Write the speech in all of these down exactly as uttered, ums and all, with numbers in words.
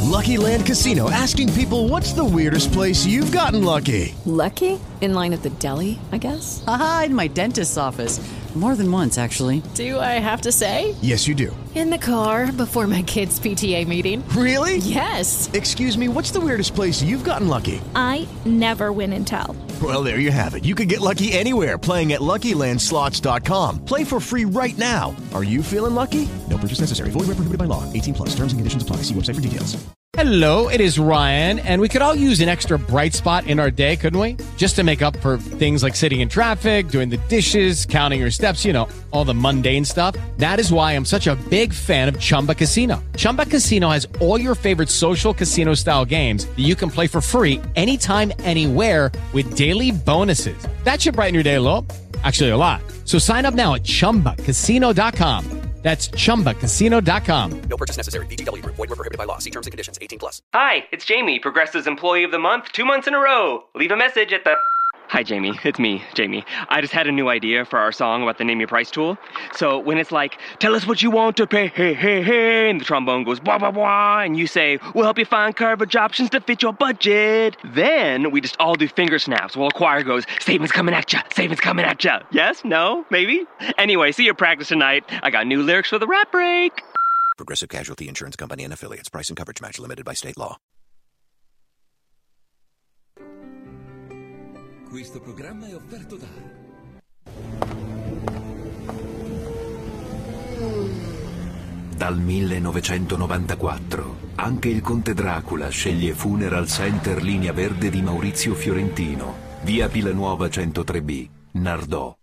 Lucky Land Casino, asking people, what's the weirdest place you've gotten lucky? Lucky? In line at the deli, I guess? Aha, in my dentist's office. More than once, actually. Do I have to say? Yes, you do. In the car before my kids' P T A meeting. Really? Yes. Excuse me, what's the weirdest place you've gotten lucky? I never win and tell. Well, there you have it. You can get lucky anywhere, playing at Lucky Land Slots dot com. Play for free right now. Are you feeling lucky? No purchase necessary. Void where prohibited by law. eighteen plus. Terms and conditions apply. See website for details. Hello, it is Ryan, and we could all use an extra bright spot in our day, couldn't we? Just to make up for things like sitting in traffic, doing the dishes, counting your steps, you know, all the mundane stuff. That is why I'm such a big fan of Chumba Casino. Chumba Casino has all your favorite social casino-style games that you can play for free anytime, anywhere with daily bonuses. That should brighten your day a little. Actually, a lot. So sign up now at chumba casino dot com. That's chumba casino dot com. No purchase necessary. V G W. Void where prohibited by law. See terms and conditions. eighteen plus. Hi, it's Jamie, Progressive's Employee of the Month, two months in a row. Leave a message at the... Hi, Jamie. It's me, Jamie. I just had a new idea for our song about the Name Your Price tool. So when it's like, tell us what you want to pay, hey, hey, hey, and the trombone goes, blah, blah, blah, and you say, we'll help you find coverage options to fit your budget. Then we just all do finger snaps while a choir goes, savings coming at ya, savings coming at ya. Yes? No? Maybe? Anyway, see your practice tonight. I got new lyrics for the rap break. Progressive Casualty Insurance Company and Affiliates. Price and coverage match limited by state law. Questo programma è offerto da Dal millenovecentonovantaquattro anche il Conte Dracula sceglie Funeral Center Linea Verde di Maurizio Fiorentino, via Pilanuova centotre B, Nardò.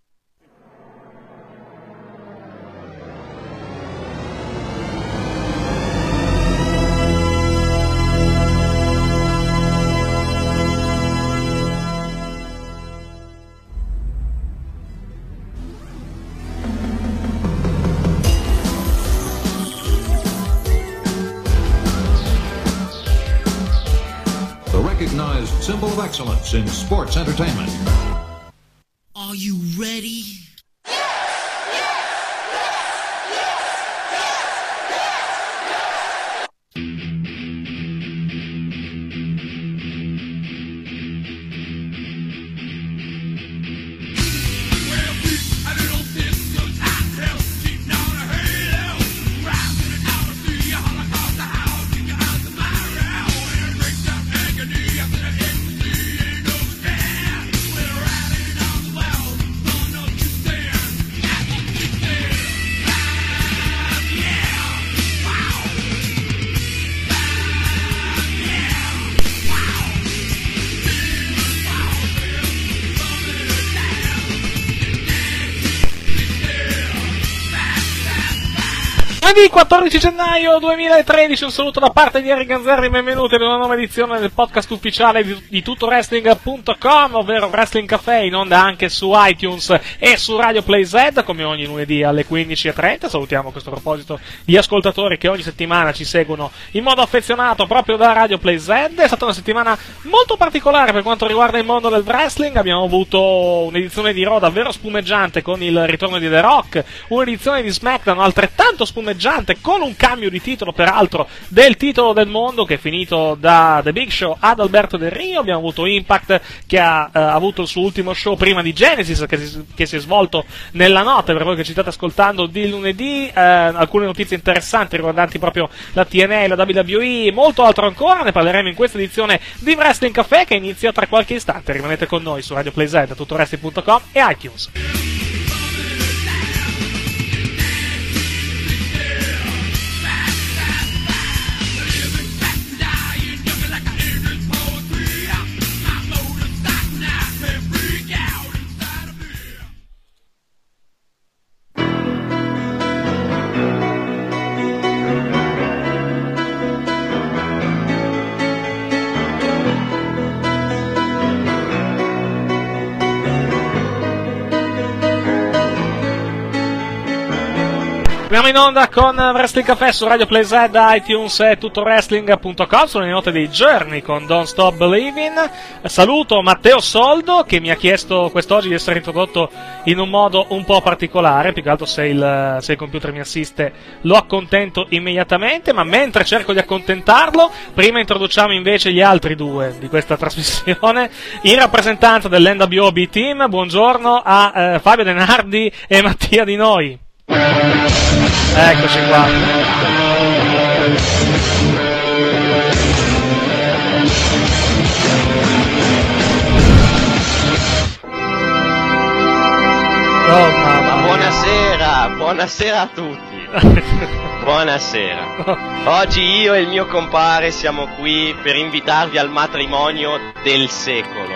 Symbol of excellence in sports entertainment. Are you ready? Lunedì quattordici gennaio duemilatredici, un saluto da parte di Eric Ganzerri, benvenuti ad una nuova edizione del podcast ufficiale di, di tutto wrestling punto com, ovvero Wrestling Café, in onda anche su iTunes e su Radio Play Z, come ogni lunedì alle quindici e trenta. Salutiamo a questo proposito gli ascoltatori che ogni settimana ci seguono in modo affezionato proprio da Radio Play Z. È stata una settimana molto particolare per quanto riguarda il mondo del wrestling. Abbiamo avuto un'edizione di Raw davvero spumeggiante con il ritorno di The Rock, un'edizione di SmackDown altrettanto spumeggiante con un cambio di titolo, peraltro, del titolo del mondo, che è finito da The Big Show ad Alberto Del Rio. Abbiamo avuto Impact, che ha eh, avuto il suo ultimo show prima di Genesis, che si, che si è svolto nella notte, per voi che ci state ascoltando di lunedì. Eh, alcune notizie interessanti riguardanti proprio la T N A e la W W E, molto altro ancora. Ne parleremo in questa edizione di Wrestling Café, che inizia tra qualche istante. Rimanete con noi su Radio Play Z, tutto wrestling punto com e iTunes. Andiamo in onda con Wrestling Café su Radio Play Z, iTunes e tutto wrestling punto com. Sono le note dei Journey con Don't Stop Believing. Saluto Matteo Soldo, che mi ha chiesto quest'oggi di essere introdotto in un modo un po' particolare. Più che altro se il, se il computer mi assiste lo accontento immediatamente, ma mentre cerco di accontentarlo, prima introduciamo invece gli altri due di questa trasmissione in rappresentanza dell'N W O B Team. Buongiorno a eh, Fabio Denardi e Mattia Di Noi. Eccoci qua. Oh, mamma. Buonasera, buonasera a tutti. Buonasera. Oggi io e il mio compare siamo qui per invitarvi al matrimonio del secolo.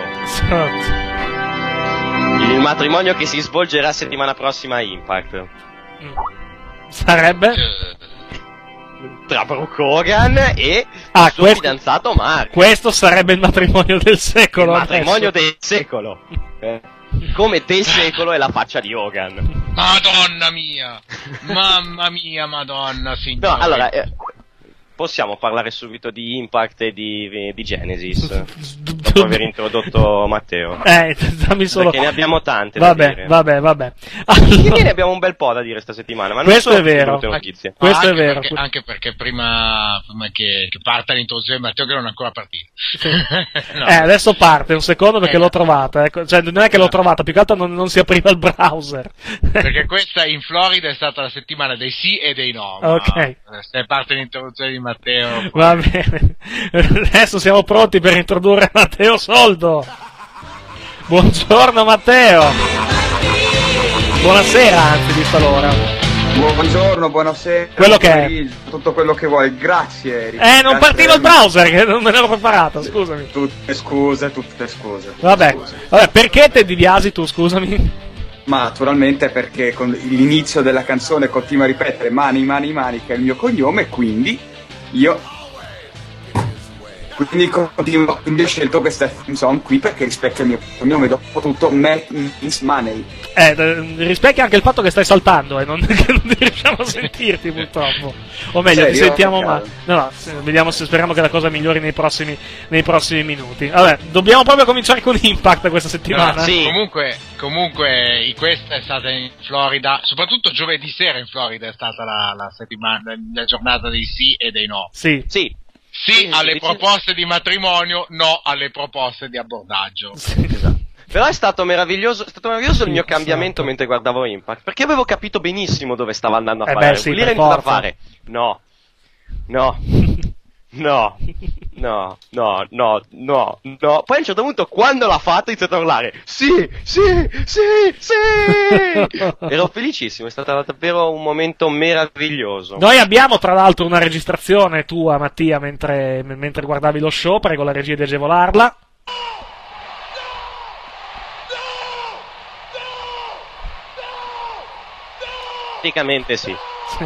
Il matrimonio che si svolgerà settimana prossima a Impact. Sarebbe? Tra Brooke Hogan e ah, il suo questo, fidanzato Mark. Questo sarebbe il matrimonio del secolo. Il matrimonio adesso. del secolo. Eh. Come del secolo è la faccia di Hogan. Madonna mia! Mamma mia, madonna signore. No, allora, eh, possiamo parlare subito di Impact e di, di Genesis, dopo aver introdotto Matteo. Eh, dammi solo... Perché ne abbiamo tante vabbè, da dire. Vabbè, vabbè, Alla fine ne abbiamo un bel po' da dire sta settimana, ma non questo sono è vero. notizie. Questo anche è vero. Perché, anche perché prima, prima che, che parta l'introduzione di Matteo, che non è ancora partito. Sì. No. Eh, adesso parte, un secondo perché eh, l'ho trovata. Ecco. Cioè, non è che l'ho trovata, più che altro non, non si apriva il browser. Perché questa in Florida è stata la settimana dei sì e dei no. Ok. Se parte l'introduzione di Matteo... Va bene. Adesso siamo pronti per introdurre Matteo Soldo. Buongiorno Matteo. Buonasera, anzi, di talora. Buongiorno, buonasera. Quello che è. Tutto quello che vuoi, grazie. Eh, non partiva il browser, che non me l'ero preparato, scusami. Tutte scuse, tutte scuse. Tutte Vabbè. scuse. Vabbè, perché Ted DiBiase tu, scusami? Ma naturalmente perché con l'inizio della canzone continua a ripetere mani, mani, mani, che è il mio cognome, e quindi io... Quindi continuo, quindi ho scelto questa theme song qui perché rispecchia il mio cognome, dopo tutto Matt means money. Eh, rispecchia anche il fatto che stai saltando e eh, non, che non riusciamo a sentirti purtroppo. O meglio, Serio? ti sentiamo male. No, no, vediamo se speriamo che la cosa migliori nei prossimi, nei prossimi minuti. Vabbè, dobbiamo proprio cominciare con Impact questa settimana. No, sì. Comunque, comunque questa è stata in Florida, soprattutto giovedì sera in Florida è stata la, la settimana, la giornata dei sì e dei no. Sì. Sì. Sì alle proposte di matrimonio, no alle proposte di abbordaggio. Esatto. Però è stato meraviglioso, è stato meraviglioso il mio cambiamento mentre guardavo Impact, perché avevo capito benissimo dove stava andando a eh fare. beh, sì, lì era venuto a fare. No. No. No. No, no, no, no, no. Poi a un certo punto, quando l'ha fatto, ho iniziato a urlare: Sì, sì, sì, sì. Ero felicissimo, è stato davvero un momento meraviglioso. Noi abbiamo tra l'altro una registrazione tua, Mattia, mentre, mentre guardavi lo show, prego la regia di agevolarla. Praticamente sì.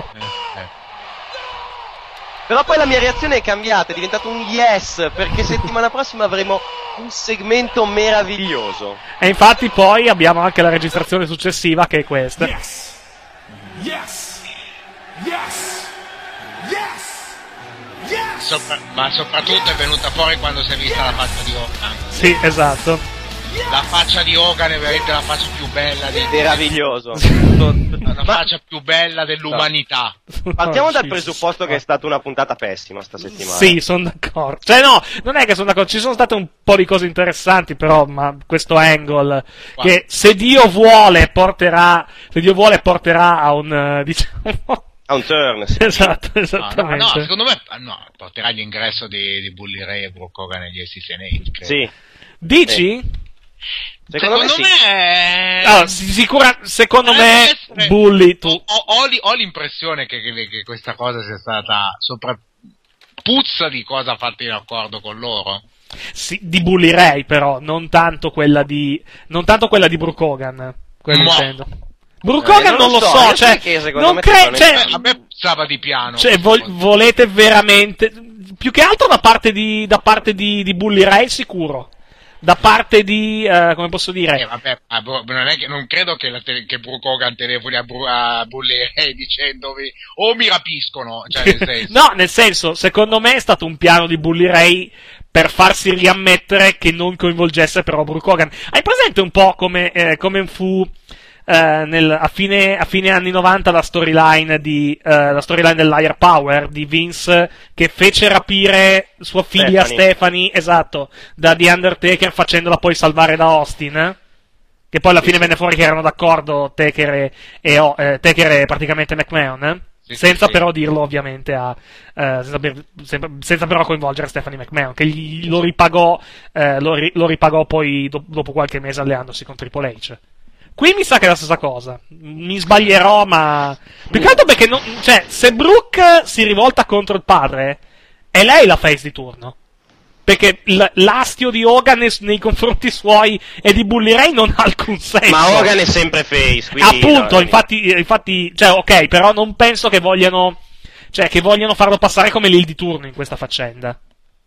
Però poi la mia reazione è cambiata, è diventato un yes, perché settimana prossima avremo un segmento meraviglioso. E infatti poi abbiamo anche la registrazione successiva, che è questa. Yes! Yes! Yes! Yes! Yes! Sopra- ma soprattutto è venuta fuori quando si è vista la faccia di Hogan. Sì, esatto. La faccia di Hogan è veramente la faccia più bella di... Meraviglioso. La faccia più bella dell'umanità. No. Partiamo dal presupposto che è stata una puntata pessima sta settimana. Sì, sono d'accordo. Cioè no, non è che sono d'accordo, ci sono state un po' di cose interessanti, però ma questo angle wow. che se Dio vuole porterà, se Dio vuole porterà a un, diciamo... A un turn, sì. Esatto, esattamente. No, no, no, secondo me no, porterà all'ingresso di, di Bully Ray e Brooke Hogan negli S C N A. Sì. Dici? Sì. Secondo, secondo me, me... Allora, sicura, secondo me essere... Bully tu ho, ho, ho l'impressione che, che, che questa cosa sia stata sopra puzza di cosa fatta in accordo con loro. Sì, di Bully Ray però, non tanto quella di non tanto quella di Brooke Hogan, quello Ma... intendo. Brooke Hogan eh, non, non lo so, so cioè non credo, cioè, a me puzzava di piano. Cioè vo- volete veramente più che altro da parte di da parte di, di Bully Ray sicuro. da parte di, uh, come posso dire... Eh, vabbè, non, è che, non credo che, la te- che Brooke Hogan telefoni a, Bru- a Bully Ray dicendovi o mi rapiscono, cioè nel senso... No, nel senso, secondo me è stato un piano di Bully Ray per farsi riammettere che non coinvolgesse però Brooke Hogan. Hai presente un po' come, eh, come fu... Uh, nel, a, fine, a fine anni novanta la storyline di uh, la storyline del Liar Power di Vince che fece rapire sua figlia Stephanie, Stephanie esatto, da The Undertaker facendola poi salvare da Austin, eh? Che poi alla fine venne fuori che erano d'accordo Taker e, e, oh, eh, Taker e praticamente McMahon, eh? Sì, senza sì, però dirlo ovviamente a uh, senza, senza, senza però coinvolgere Stephanie McMahon che gli, lo ripagò uh, lo, ri, lo ripagò poi do, dopo qualche mese alleandosi con Triple H. Qui mi sa che è la stessa cosa. Mi sbaglierò, ma... Più che altro perché, non... cioè, se Brooke si rivolta contro il padre, è lei la face di turno. Perché l- l'astio di Hogan nei, nei confronti suoi e di Bully Ray non ha alcun senso. Ma Hogan è sempre face, quindi... Appunto, no, infatti, infatti, cioè, ok, però non penso che vogliano... Cioè, che vogliano farlo passare come l'il di turno in questa faccenda.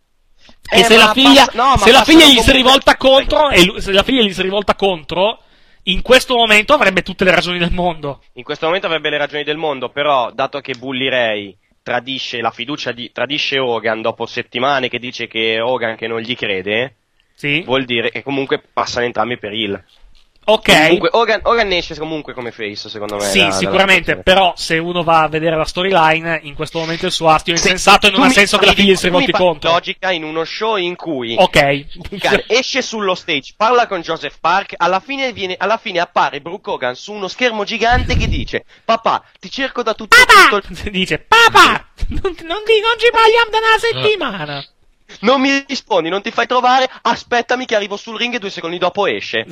Eh, e se la figlia, passa... no, se la figlia gli comunque... si rivolta contro, e lui, se la figlia gli si rivolta contro... In questo momento avrebbe tutte le ragioni del mondo. In questo momento avrebbe le ragioni del mondo, però, dato che Bully Ray tradisce la fiducia di, tradisce Hogan dopo settimane che dice che Hogan che non gli crede, sì? Vuol dire che comunque passano entrambi per il. Ok. Comunque, Hogan, Hogan esce comunque come face, secondo me. Sì, da, sicuramente, però se uno va a vedere la storyline, in questo momento il suo astio è insensato e non ha mi, senso che la figlia gli si rivolti contro. Logica in uno show in cui ok esce sullo stage, parla con Joseph Park, alla fine, viene, alla fine appare Brooke Hogan su uno schermo gigante che dice: papà, ti cerco da tutto, papà! tutto il... dice papà, non, non, ti, non ci parliamo da una settimana. Non mi rispondi, non ti fai trovare, aspettami che arrivo sul ring e due secondi dopo esce.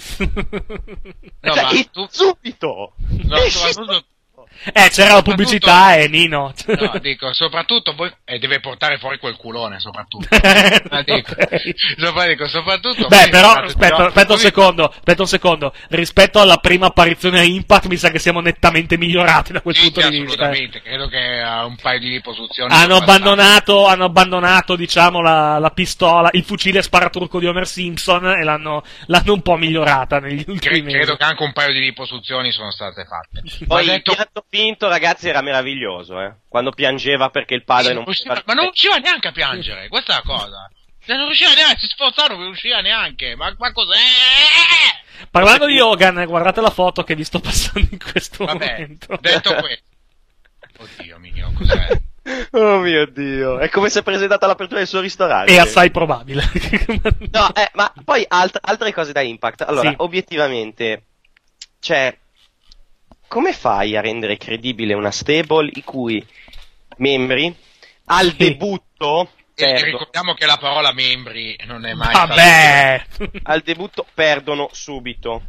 No, cioè, ma tu... subito! No, esci soprattutto... Eh, c'era la pubblicità e eh, Nino. No, dico, soprattutto voi... E eh, deve portare fuori quel culone, soprattutto. Ma dico, sopra, dico, soprattutto... Beh, però, fate... aspetta, no, aspetta un voi... secondo, aspetta un secondo. Rispetto alla prima apparizione a Impact, mi sa che siamo nettamente migliorati da quel sì, punto sì, di vista. assolutamente, credo che a un paio di riposizioni... Hanno abbandonato, hanno abbandonato, diciamo, la, la pistola, il fucile sparaturco di Homer Simpson e l'hanno, l'hanno un po' migliorata negli ultimi Cre- mesi. Credo che anche un paio di riposizioni sono state fatte. Poi detto... il pianto finto, ragazzi, era meraviglioso, eh. Quando piangeva perché il padre sì, non usciva, poteva... Ma non riusciva neanche a piangere, questa è la cosa. Cioè, non riusciva neanche, si sforzava, non riusciva neanche. Ma, ma cos'è? Parlando di Hogan, guardate la foto che vi sto passando in questo Vabbè, momento. Detto questo... Oddio mio, cos'è? Oh mio Dio, è come se è presentata l'apertura del suo ristorante. È assai probabile. No, eh, ma poi alt- altre cose da Impact. Allora, sì. obiettivamente, cioè, come fai a rendere credibile una stable i cui membri al sì. debutto e ricordiamo che la parola membri non è mai Vabbè. stata... al debutto perdono subito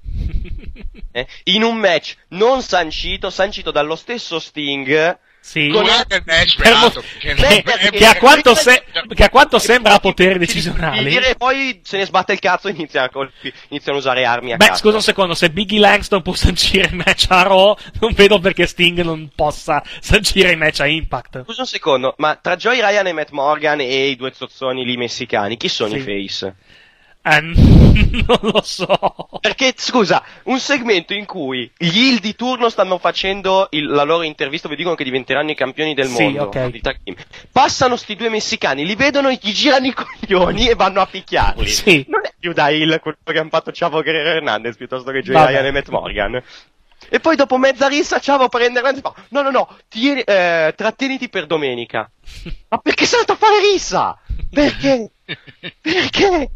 eh? in un match non sancito, sancito dallo stesso Sting. Sì. Con il match per beato, mo- che, che, che, che, a quanto se- che a quanto sembra ha poteri decisionali. E poi se ne sbatte il cazzo e iniziano a, colpi- iniziano a usare armi a Beh, cazzo. scusa un secondo, se Biggie Langston può sancire il match a Raw, non vedo perché Sting non possa sancire il match a Impact. Scusa un secondo, ma tra Joey Ryan e Matt Morgan e i due zozzoni lì messicani, chi sono sì. i face? Eh, non lo so. Perché, scusa, un segmento in cui gli heel di turno stanno facendo il, la loro intervista, vi dicono che diventeranno i campioni del sì, mondo. Okay. Di tag team. Passano sti due messicani, li vedono, gli girano i coglioni e vanno a picchiarli. Sì. Non è più da heel quello che hanno fatto Chavo Guerrero Hernandez piuttosto che Joey Vabbè. Ryan e Matt Morgan. E poi dopo mezza rissa Chavo prende Hernandez e fa: no, no, no, tieni, eh, tratteniti per domenica. Ma perché sei andato a fare rissa? Perché? Perché?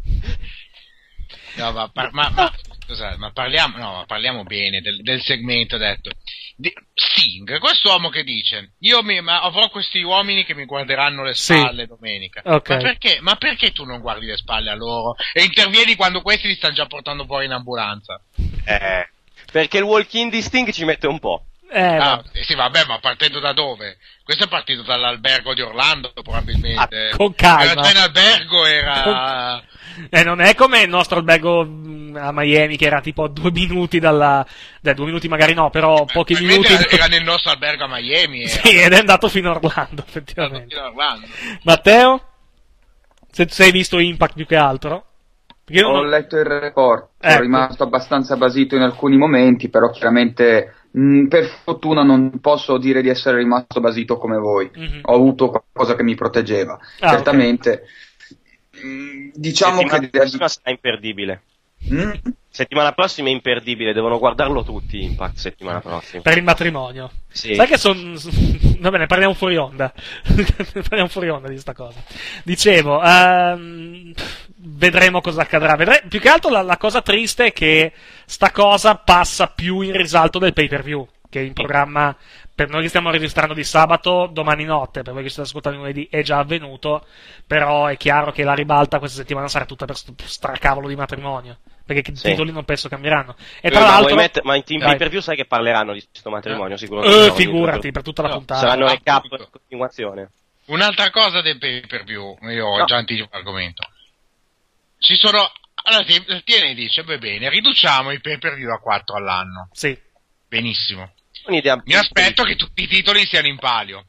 No, ma, par- ma, ma, scusate, ma parliamo, no, ma parliamo bene del, del segmento detto. Di, Sting, quest'uomo che dice: io mi, ma avrò questi uomini che mi guarderanno le spalle sì. domenica. Okay. Ma perché? Ma perché tu non guardi le spalle a loro e intervieni quando questi li stanno già portando fuori in ambulanza? Eh, perché il walk-in di Sting ci mette un po'. Eh, ah, sì, vabbè, ma partendo da dove? Questo è partito dall'albergo di Orlando, probabilmente. Ah, con calma. Era già in albergo, era... Con... Eh, non è come il nostro albergo a Miami, che era tipo due minuti dalla... Beh, due minuti magari no, però Beh, pochi minuti... Era, era nel nostro albergo a Miami. Era. Sì, ed è andato fino a Orlando, effettivamente. Fino a Orlando. Matteo? Se tu hai visto Impact più che altro? Io Ho non... letto il report, ecco. sono rimasto abbastanza basito in alcuni momenti, però chiaramente mh, per fortuna non posso dire di essere rimasto basito come voi. Mm-hmm. Ho avuto qualcosa che mi proteggeva. Ah, certamente. Okay. Mh, diciamo settimana che prossima sarà imperdibile. Mm? Settimana prossima è imperdibile, devono guardarlo tutti Impact settimana prossima. Per il matrimonio. Sì. Sai che sono... Va bene, parliamo fuori onda. parliamo fuori onda di sta cosa. Dicevo, um, vedremo cosa accadrà. Vedre... Più che altro la, la cosa triste è che sta cosa passa più in risalto del pay per view, che è in programma per noi che stiamo registrando di sabato, domani notte, per voi che state ascoltando lunedì è già avvenuto, però è chiaro che la ribalta questa settimana sarà tutta per st- stracavolo di matrimonio, perché i sì. titoli non penso cambieranno. E tra ma l'altro... Met- ma in team pay per view sai che parleranno di questo matrimonio, eh. sicuramente. Eh, figurati, per tutta la no, puntata. Saranno recap in continuazione. Un'altra cosa del pay per view, io ho no. già anticipato l'argomento. Ci sono... Allora, Tiene dice, beh bene, riduciamo i pay per view a quattro all'anno. Sì. Benissimo. Un'idea Mi aspetto che tutti i titoli siano in palio.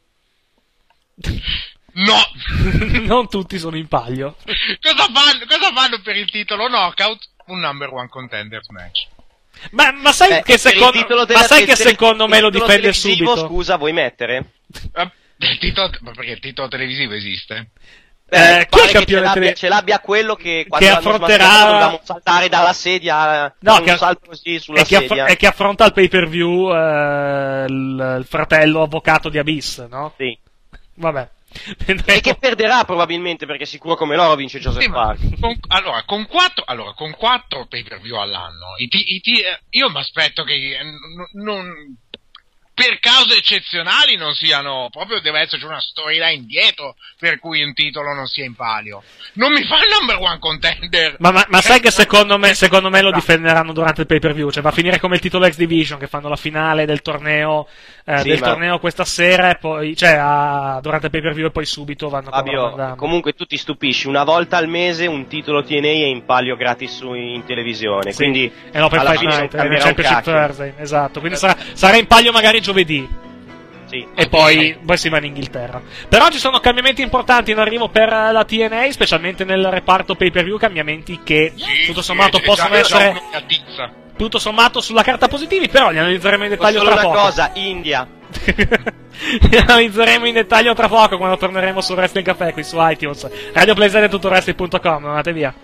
No! Non tutti sono in palio. Cosa fanno, cosa fanno per il titolo Knockout? Un number one contenders match. Ma, ma sai eh, che secondo, della, ma sai che secondo me lo difende subito? Scusa, vuoi mettere? Uh, il titolo, perché il titolo televisivo esiste? Eh, eh, chi è il campione ce l'abbia, tele... ce l'abbia quello che quando che affronterà dobbiamo saltare dalla sedia, no, un che... salto così sulla e che sedia aff... e che affronta il pay per view eh, il... il fratello avvocato di Abyss, no? Sì. Vabbè. E che perderà probabilmente perché sicuro come loro vince Joseph sì, Park. Con, allora, con quattro, allora, con quattro pay per view all'anno, i t- i t- io mi aspetto che eh, n- non per cause eccezionali non siano, proprio deve esserci una storyline dietro per cui un titolo non sia in palio. Non mi fa il number one contender. Ma, ma, ma sai che secondo me, secondo me lo difenderanno durante il pay per view, cioè va a finire come il titolo X Division che fanno la finale del torneo eh, sì, del ma... torneo questa sera e poi, cioè a, durante il pay per view e poi subito vanno a Fabio, comunque tu ti stupisci, una volta al mese un titolo T N A è in palio gratis su, in televisione, sì. Quindi e no, per alla Fight fine Night, non eh, Championship Thursday, esatto, quindi sarà, sarà in palio magari giovedì. Sì, e poi, poi si va in Inghilterra. Però ci sono cambiamenti importanti in arrivo per la T N A, specialmente nel reparto pay per view, cambiamenti che sì, tutto sommato sì, possono esatto, essere tutto sommato sulla carta positivi, però li analizzeremo in dettaglio solo tra una poco. cosa, India. Li analizzeremo in dettaglio tra poco quando torneremo su Wrestling Café qui su iTunes, Radio Playset e tutto wrestling punto com. Non andate via.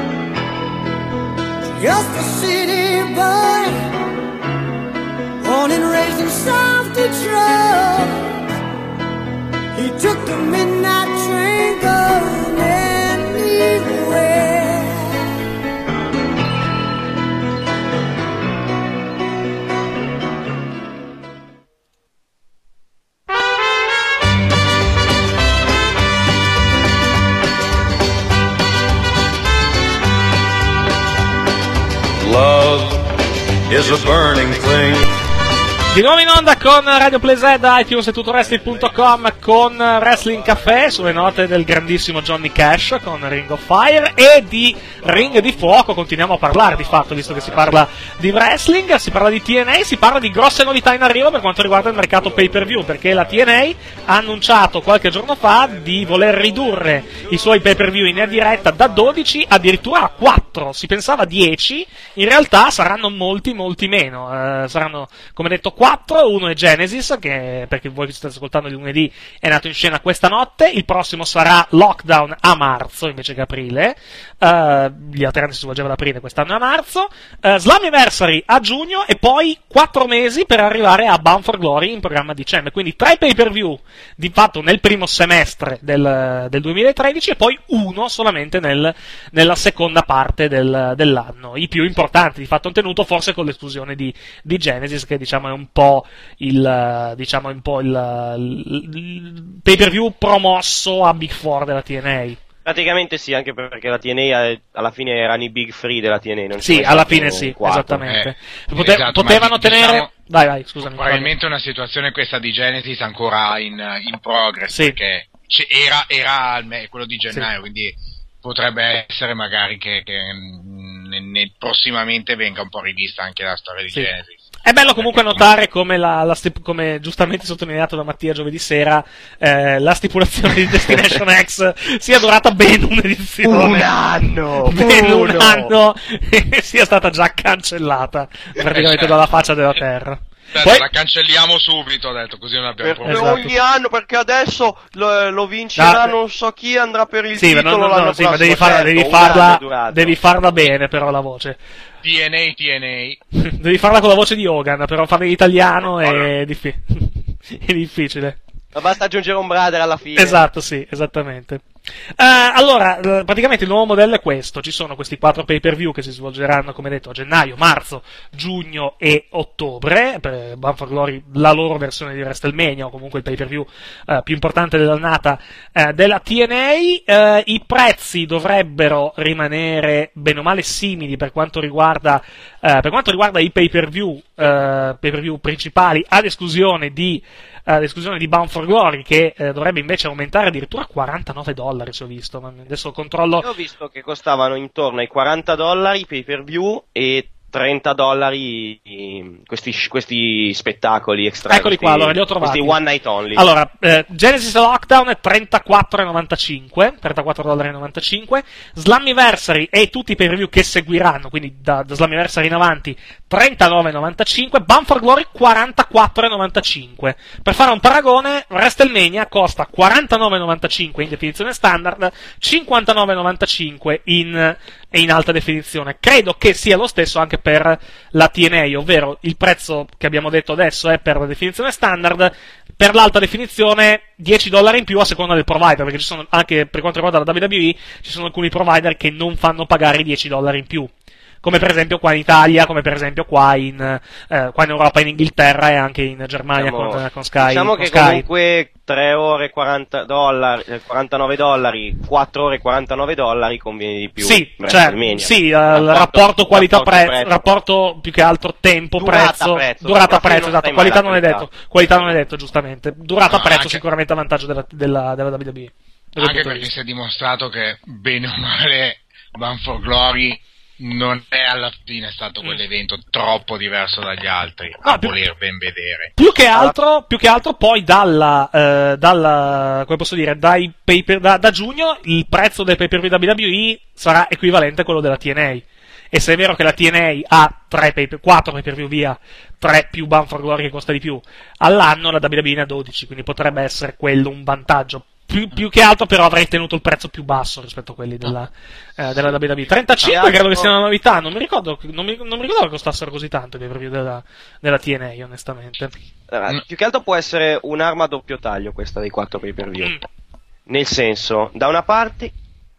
Just a city boy, born and raised in South Detroit. He took the midnight train going anywhere. Love is a burning thing. Di nuovo in onda con Radio Playset, iTunes e tutto wrestling punto com con Wrestling Café sulle note del grandissimo Johnny Cash con Ring of Fire e di Ring di Fuoco. Continuiamo a parlare di fatto, visto che si parla di wrestling, si parla di T N A, si parla di grosse novità in arrivo per quanto riguarda il mercato pay per view, perché la T N A ha annunciato qualche giorno fa di voler ridurre i suoi pay per view in linea diretta da dodici addirittura a quattro. Si pensava dieci, in realtà saranno molti molti meno, eh, saranno come detto quattro, uno è Genesis, che perché voi che state ascoltando di lunedì è nato in scena questa notte, il prossimo sarà Lockdown a marzo invece che aprile, uh, gli altri si svolgeva ad aprile, quest'anno a marzo, uh, Slammiversary a giugno e poi quattro mesi per arrivare a Bound for Glory in programma a dicembre, quindi tre pay per view di fatto nel primo semestre del, del duemilatredici e poi uno solamente nel, nella seconda parte del, dell'anno, i più importanti di fatto ottenuto forse con l'esclusione di, di Genesis, che diciamo è un po' il diciamo un po' il, il, il pay per view promosso a Big Four della T N A. Praticamente sì, anche perché la T N A alla fine erano i Big Three della T N A, non sì, alla fine sì, quattro. Esattamente. Eh, Pote- esatto, potevano tenere diciamo, vai vai, scusami. Probabilmente una situazione questa di Genesis ancora in, in progress, sì. Perché era, era al, quello di gennaio, sì. Quindi potrebbe essere magari che, che ne, ne, prossimamente venga un po' rivista anche la storia di sì. Genesis. È bello comunque notare come, la, la stip- come giustamente sottolineato da Mattia giovedì sera, eh, la stipulazione di Destination X sia durata ben un'edizione. Un anno! Ben uno. un anno! E sia stata già cancellata praticamente certo. dalla faccia della terra. Beh, Poi... la cancelliamo subito, ho detto, così non abbiamo Per, problemi. per ogni anno, perché adesso lo, lo vincerà No, non so chi, andrà per il sì, titolo no, no, l'anno no, sì, prossimo. ma devi farla, certo, devi, un anno è farla, durato. devi farla bene però la voce. T N A, T N A. Devi farla con la voce di Hogan, però farla in italiano è, diffi- è difficile. Ma basta aggiungere un brother alla fine. Esatto, sì, esattamente. Uh, allora, uh, praticamente il nuovo modello è questo: ci sono questi quattro pay per view che si svolgeranno, come detto, a gennaio, marzo, giugno e ottobre. Per Bound for Glory, la loro versione di WrestleMania, o comunque il pay per view uh, più importante dell'annata uh, della T N A. Uh, I prezzi dovrebbero rimanere bene o male simili per quanto riguarda, uh, per quanto riguarda i pay per view, uh, pay per view principali, ad esclusione di ad esclusione di Bound for Glory, che eh, dovrebbe invece aumentare addirittura a quarantanove dollari, se ho visto, ma adesso controllo. Io ho visto che costavano intorno ai quaranta dollari pay per view e trenta dollari questi, questi spettacoli extra. Eccoli qua, allora li ho trovati. Questi one night only. Allora, eh, Genesis Lockdown è trentaquattro e novantacinque, trentaquattro dollari e novantacinque, Slammiversary e tutti i pay per view che seguiranno, quindi da, da Slammiversary in avanti, trentanove e novantacinque, Bound for Glory quarantaquattro e novantacinque. Per fare un paragone, WrestleMania costa quarantanove e novantacinque in definizione standard, cinquantanove e novantacinque in, in alta definizione. Credo che sia lo stesso anche per la T N A, ovvero il prezzo che abbiamo detto adesso è per la definizione standard, per l'alta definizione dieci dollari in più a seconda del provider, perché ci sono anche, per quanto riguarda la W W E, ci sono alcuni provider che non fanno pagare dieci dollari in più, come per esempio qua in Italia, come per esempio qua in, eh, qua in Europa, in Inghilterra e anche in Germania, diciamo, con, con Sky. Diciamo con che Sky. comunque tre ore e quaranta dollari, quarantanove dollari, quattro ore e quarantanove dollari conviene di più. Sì, cioè, sì, il rapporto, rapporto qualità-prezzo, rapporto, rapporto più che altro tempo-prezzo, durata-prezzo, durata-prezzo, esatto, qualità non è qualità. detto, qualità non è detto, giustamente, durata-prezzo anche... sicuramente a vantaggio della, della, della W W E. Anche perché si è dimostrato che, bene o male, Bound for Glory non è alla fine stato quell'evento troppo diverso dagli altri, no, a più, voler ben vedere. Più che altro, più che altro poi dalla, eh, dalla, come posso dire, dai paper, da, da giugno il prezzo del pay per view W W E sarà equivalente a quello della T N A. E se è vero che la T N A ha tre pay per, quattro pay per view via, tre più Bound for Glory che costa di più, all'anno la W W E ne ha dodici, quindi potrebbe essere quello un vantaggio. Più, più che altro però avrei tenuto il prezzo più basso rispetto a quelli della, eh, della W W E. trentacinque credo che sia una novità, non mi ricordo, non mi, non mi ricordo che costassero così tanto i pay-per-view della, della T N A, onestamente. Allora, mm. più che altro può essere un'arma a doppio taglio questa dei quattro pay-per-view. Mm. Nel senso, da una parte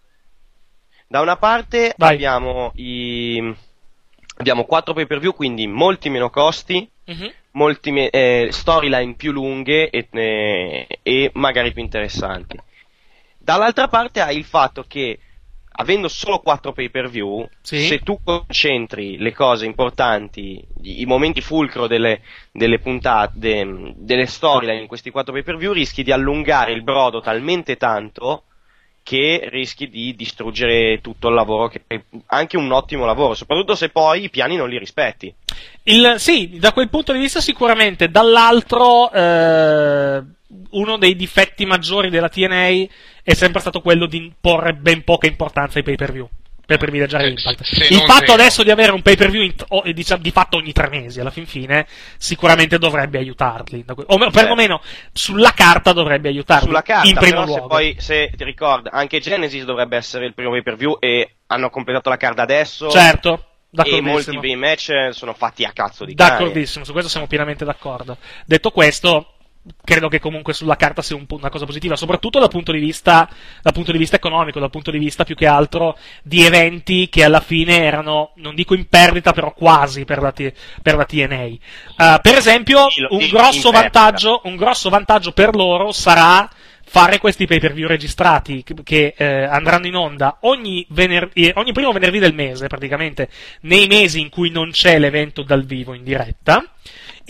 da una parte Vai. abbiamo i abbiamo quattro pay-per-view, quindi molti meno costi. Mm-hmm. Molti me- eh, storyline più lunghe e, eh, e magari più interessanti. Dall'altra parte hai il fatto che, avendo solo quattro pay per view, sì. se tu concentri le cose importanti, i, i momenti fulcro delle, delle puntate, de, delle storyline in questi quattro pay per view, rischi di allungare il brodo talmente tanto che rischi di distruggere tutto il lavoro, che è anche un ottimo lavoro, soprattutto se poi i piani non li rispetti. Il, sì, da quel punto di vista sicuramente. Dall'altro, eh, uno dei difetti maggiori della T N A è sempre stato quello di porre ben poca importanza ai pay per view per privilegiare l'Impact. Il fatto zero. adesso di avere un pay per view in, o, diciamo, di fatto ogni tre mesi alla fin fine sicuramente dovrebbe aiutarli, o perlomeno sulla carta dovrebbe aiutarli. Sulla carta, in primo però luogo. Se poi, se ti ricordi, anche Genesis dovrebbe essere il primo pay per view e hanno completato la card adesso. Certo. E molti bei match sono fatti a cazzo di cane. D'accordissimo, su questo siamo pienamente d'accordo. Detto questo, credo che comunque sulla carta sia un, una cosa positiva, soprattutto dal punto di vista dal punto di vista economico, dal punto di vista più che altro di eventi che alla fine erano, non dico in perdita, però quasi per la, T, per la T N A. Uh, per esempio, un grosso vantaggio, un grosso vantaggio per loro sarà fare questi pay per view registrati che, che eh, andranno in onda ogni, venerdì, ogni primo venerdì del mese, praticamente nei mesi in cui non c'è l'evento dal vivo in diretta,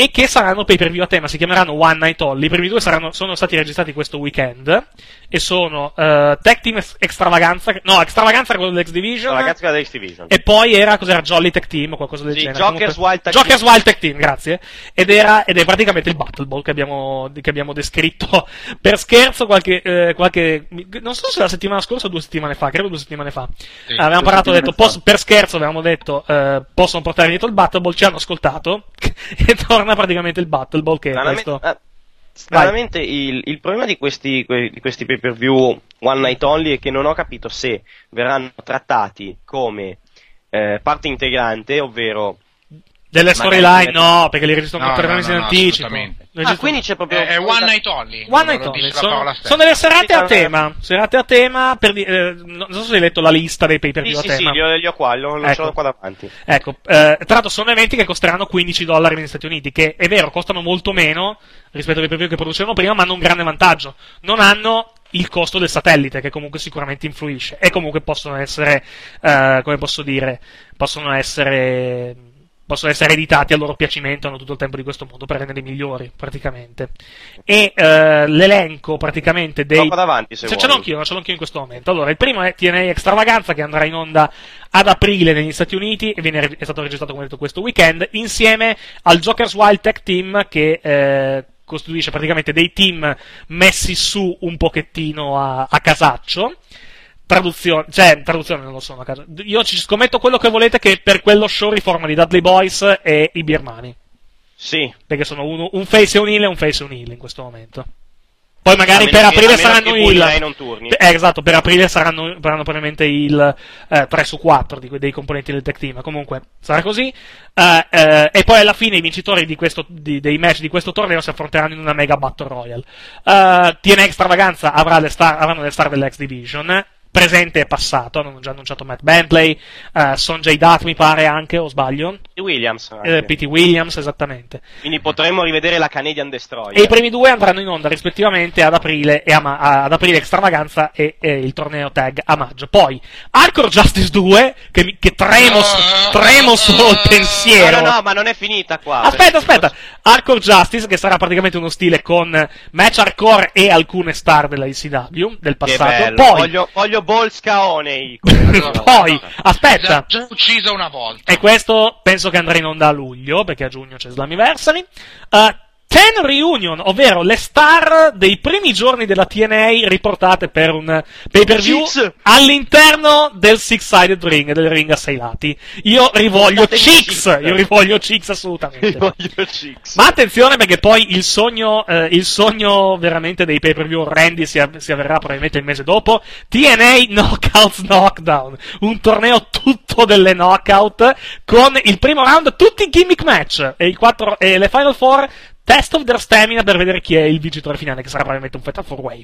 e che saranno pay per view a tema, si chiameranno One Night Only. I primi due saranno, sono stati registrati questo weekend e sono uh, Tag Team Extravaganza, no, Extravaganza era quello dell'X Division, Extravaganza dell'X Division, e poi era, cos'era, Jolly Tag Team o qualcosa del sì, genere. Jokers Comunque, Wild Tag Jokers Team. Wild Tag Team, grazie, ed era, ed è praticamente il Battle Ball che abbiamo, che abbiamo descritto per scherzo qualche, eh, qualche, non so se la settimana scorsa o due settimane fa, credo due settimane fa, sì, avevamo parlato, ho detto, posso, per scherzo avevamo detto, eh, possono portare dietro il Battle Ball, ci hanno ascoltato, e torna praticamente il Battle Ball, che è questo. Eh, stranamente il, il problema di questi, di questi pay per view One Night Only è che non ho capito se verranno trattati come eh, parte integrante, ovvero delle storyline, no, perché li registrano no, tre no, mesi no, in no, anticipo. Ah, quindi c'è proprio è, è One Night Only. One Night Only. Sono, sono delle serate a tema. Serate a tema. Per di, eh, non so se hai letto la lista dei pay per view sì, a sì, tema. Sì, li ho, li ho qua, lo, lo ecco. ho qua davanti. Ecco, eh, tra l'altro sono eventi che costeranno quindici dollari negli Stati Uniti, che è vero, costano molto meno rispetto ai pay per view che producevano prima, ma hanno un grande vantaggio. Non hanno il costo del satellite, che comunque sicuramente influisce. E comunque possono essere, eh, come posso dire, possono essere... possono essere editati a loro piacimento, hanno tutto il tempo di questo mondo per renderli migliori, praticamente. E eh, l'elenco, praticamente, dei... Qua davanti, se ce, vuoi. ce l'ho anch'io, ce l'ho anch'io in questo momento. Allora, il primo è T N A Extravaganza, che andrà in onda ad aprile negli Stati Uniti, e viene, è stato registrato, come detto, questo weekend, insieme al Jokers Wild Tag Team, che eh, costituisce praticamente dei team messi su un pochettino a, a casaccio. Traduzione, cioè, traduzione non lo so, a caso. Io ci scommetto quello che volete, che per quello show riformano i Dudley Boys e i Birmani. Sì. Perché sono uno, un face e un heel e un face e un heel in questo momento. Poi magari a per che, aprile saranno heel. Non turni. Eh, esatto, per aprile saranno, saranno probabilmente il eh, tre su quattro di, dei componenti del tech team. Comunque sarà così. Uh, uh, e poi alla fine i vincitori di questo, di, dei match di questo torneo si affronteranno in una mega battle royale. Uh, T N A Extravaganza avrà le star, avranno le star dell'X Division. Presente e passato, hanno già annunciato Matt Bentley, uh, Sonjay Dutt mi pare anche, o sbaglio? P T Williams. Eh, P T Williams, esattamente. Quindi potremmo rivedere la Canadian Destroyer. E i primi due andranno in onda rispettivamente ad aprile, e a ma- ad aprile Extravaganza e, e il torneo tag a maggio. Poi Hardcore Justice due, che, mi, che tremo, tremo solo il pensiero. No, no, no, ma non è finita qua. Aspetta, aspetta. Hardcore Justice, che sarà praticamente uno stile con match hardcore e alcune star della I C W del passato. Che bello. Poi voglio, voglio Bolscaone. Poi, aspetta, già, già ucciso una volta. E questo penso che andrà in onda a luglio, perché a giugno c'è Slammiversary. Uh, Ten Reunion, ovvero le star dei primi giorni della T N A riportate per un pay-per-view Chicks. all'interno del six-sided ring, del ring a sei lati. Io rivoglio Chicks, io rivoglio Chicks assolutamente. Rivoglio Chicks. Ma attenzione, perché poi il sogno, eh, il sogno veramente dei pay-per-view orrendi si, av- si avverrà probabilmente il mese dopo. T N A Knockouts Knockdown, un torneo tutto delle knockout, con il primo round tutti gimmick match, e, i quattro, e le Final Four test of their stamina per vedere chi è il vincitore finale, che sarà probabilmente un Fatal four way.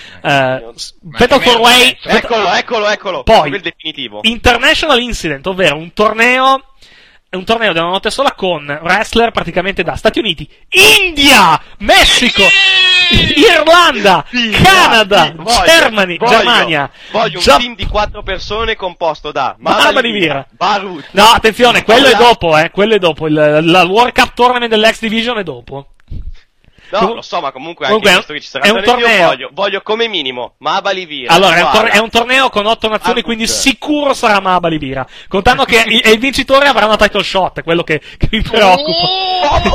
Uh, Fatal four way. Eccolo, eccolo, eccolo. Poi, il definitivo. International Incident, ovvero un torneo. Un torneo della notte sola con wrestler praticamente da Stati Uniti, India, Messico, Irlanda, Sì, Canada, sì, voglio, Germany, voglio, Germania. Voglio un Gia- team di quattro persone composto da Mamma di Vira, Barut. No, attenzione, quello è dopo, eh, quello è dopo. Il, la World Cup Tournament dell'X Division è dopo. No, Com- lo so, ma comunque, comunque anche visto che ci sarà è un torneo, torneo. voglio, voglio come minimo Mahaba Vira. Allora, è un, tor- è un torneo con otto nazioni, Ah, quindi good. sicuro sarà Mahaba Vira. Contando che il, e il vincitore avrà una title shot, è quello che, che mi preoccupa. Oh, oh,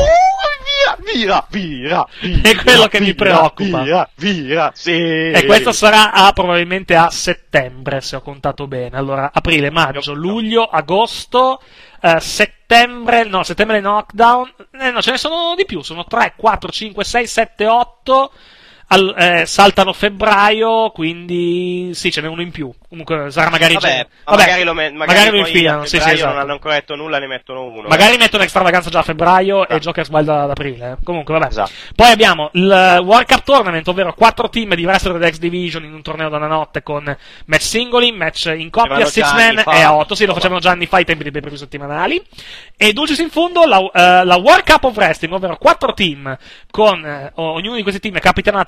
Vira, Vira, Vira, È quello che mi preoccupa. Vira, Vira, sì. E questo sarà a, probabilmente a settembre, se ho contato bene. Allora, aprile, maggio, luglio, agosto, eh, settembre, no, settembre knockdown, eh, no, ce ne sono di più, sono tre, quattro, cinque, sei, sette, otto, al, eh, saltano febbraio, quindi sì, ce n'è uno in più. Comunque sarà magari Vabbè, gen- ma Vabbè, magari lo, me- magari magari lo poi infilano, a sì, sì, febbraio esatto. non hanno ancora detto nulla, ne mettono uno. Magari eh. mettono Extravaganza già a febbraio Ah. e Jokers Wild ad aprile. eh. Comunque, vabbè. Esatto. Poi abbiamo il World Cup Tournament, ovvero quattro team di wrestler dell'X Division in un torneo da una notte con match singoli, match in coppia, Facevano six già man anni fa. e a otto. Sì, lo facevano già anni fa ai tempi dei pay-per-view settimanali. E dulcis in fondo la, uh, la World Cup of Wrestling, ovvero quattro team con uh, ognuno di questi team è capitanato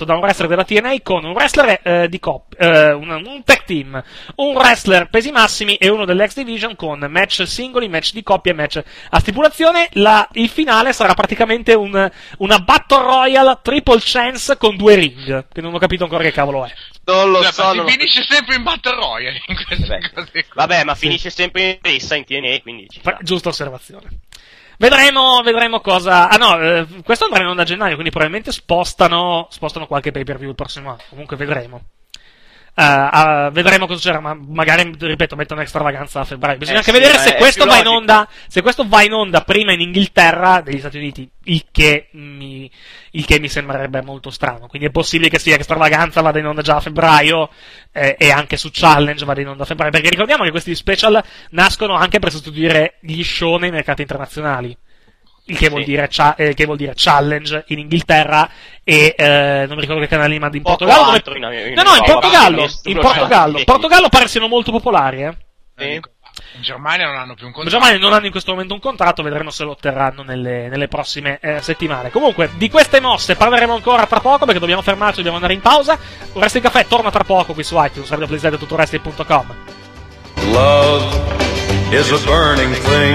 da un wrestler della T N A con un wrestler eh, di coppia, eh, un, un tag team, un wrestler pesi massimi e uno dell'X Division con match singoli, match di coppia e match a stipulazione. La, il finale sarà praticamente un, una Battle Royale Triple Chance con due ring, che non ho capito ancora che cavolo è. Non lo Cioè, so, ma si non finisce sempre in Battle Royale in queste Vabbè. cose. Vabbè, ma finisce sempre in rissa in T N A, quindi ci sta. Giusta osservazione. Vedremo, vedremo cosa. Ah no, eh, questo andrà in onda a gennaio, quindi probabilmente spostano, spostano qualche pay per view il prossimo anno. Comunque vedremo. Uh, uh, vedremo cosa c'era, ma magari, ripeto, mettono extravaganza a febbraio. Bisogna Eh anche sì, vedere ma se è questo più va in logico. onda, se questo va in onda prima in Inghilterra degli Stati Uniti, il che mi, il che mi sembrerebbe molto strano. Quindi è possibile che sia extravaganza vada in onda già a febbraio, eh, e anche su Challenge vada in onda a febbraio, perché ricordiamo che questi special nascono anche per sostituire gli show nei mercati internazionali. Il che, vuol Sì. dire, cha- eh, che vuol dire Challenge in Inghilterra e eh, non mi ricordo che canali manda in Poco Portogallo. altro dove- in- in no, no, in Europa, Portogallo. nessuno In c'ha- Portogallo. sì. Portogallo pare siano molto popolari, eh. Sì. In Germania non hanno più un In contratto. Germania non hanno in questo momento un contratto, vedremo se lo otterranno nelle, nelle prossime eh, settimane. Comunque, di queste mosse parleremo ancora tra poco, perché dobbiamo fermarci, dobbiamo andare in pausa. Un Wrestling Caffè torna tra poco qui su iTunes, radio play z tutto wrestling punto com. Love is a burning thing,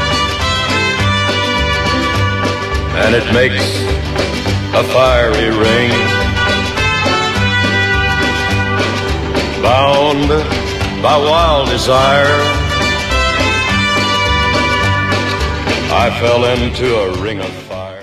and it makes a fiery ring. Bound by wild desire, I fell into a ring of fire.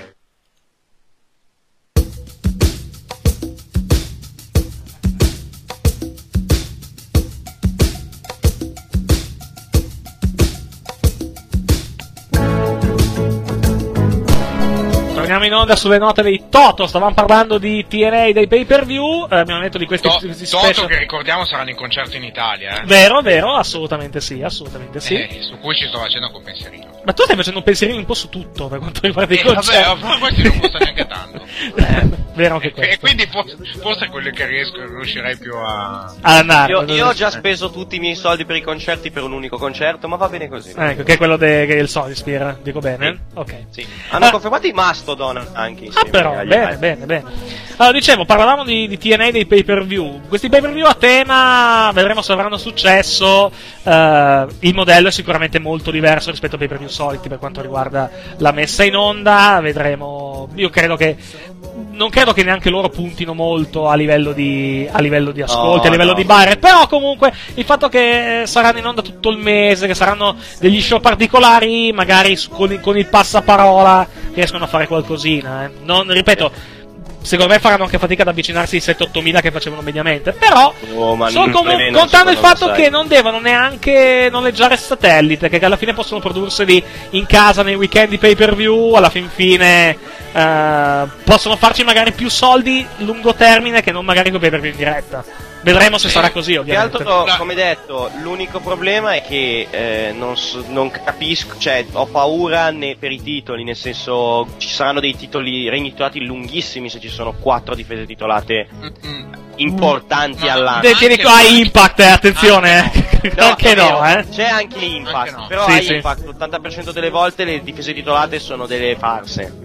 Torniamo in onda sulle note dei Toto. Stavamo parlando di T N A, dei pay per view. Eh, abbiamo detto di questi, To- questi Toto, special. che ricordiamo saranno in concerto in Italia, eh. Vero, vero, assolutamente sì, assolutamente sì. Eh, su cui ci sto facendo un pensierino. Ma tu stai facendo un pensierino un po' su tutto per quanto riguarda i Eh, vabbè, concerti. ma questi non costano neanche tanto. Vero anche E questo. quindi forse, forse è quello che riesco, riuscirei più a... Ad andare. Io, io ho già speso tutti i miei soldi per i concerti per un unico concerto, ma va bene così. Ecco, che è quello de- che è il Sonisphere, dico bene? Ok. Sì. Hanno Ah. confermato i Mastodon anche Ah, insieme però, agli bene, altri. bene, bene. Allora, dicevo, parlavamo di, di T N A, dei pay per view. Questi pay per view a tema, vedremo se avranno successo. Uh, il modello è sicuramente molto diverso rispetto ai pay per view soliti per quanto riguarda la messa in onda. Vedremo. Io credo che. Non credo che neanche loro puntino molto a livello di, a livello di ascolti, No, a livello no. di bar, però comunque il fatto che saranno in onda tutto il mese, che saranno degli show particolari, magari su- con, il- con il passaparola riescono a fare qualcosina. Eh. Non, ripeto, secondo me faranno anche fatica ad avvicinarsi ai sette otto mila che facevano mediamente, però Oh, ma sono non comu- tremendo, contando il secondo me, fatto sai. che non devono neanche noleggiare satellite, che alla fine possono produrseli in casa nei weekend di pay per view, alla fin fine eh, possono farci magari più soldi lungo termine che non magari con pay per view in diretta. Vedremo se sarà così, Che ovviamente. altro, come detto, l'unico problema è che eh, non, s- non capisco, cioè ho paura ne- per i titoli, nel senso ci saranno dei titoli regni titolati lunghissimi se ci sono quattro difese titolate importanti No, all'anno. Te- tieni qua Impact, eh, attenzione, eh. No, anche è no, vero, eh. C'è anche Impact, Anche no. però Sì, a sì. Impact l'ottanta per cento delle volte le difese titolate sono delle farse.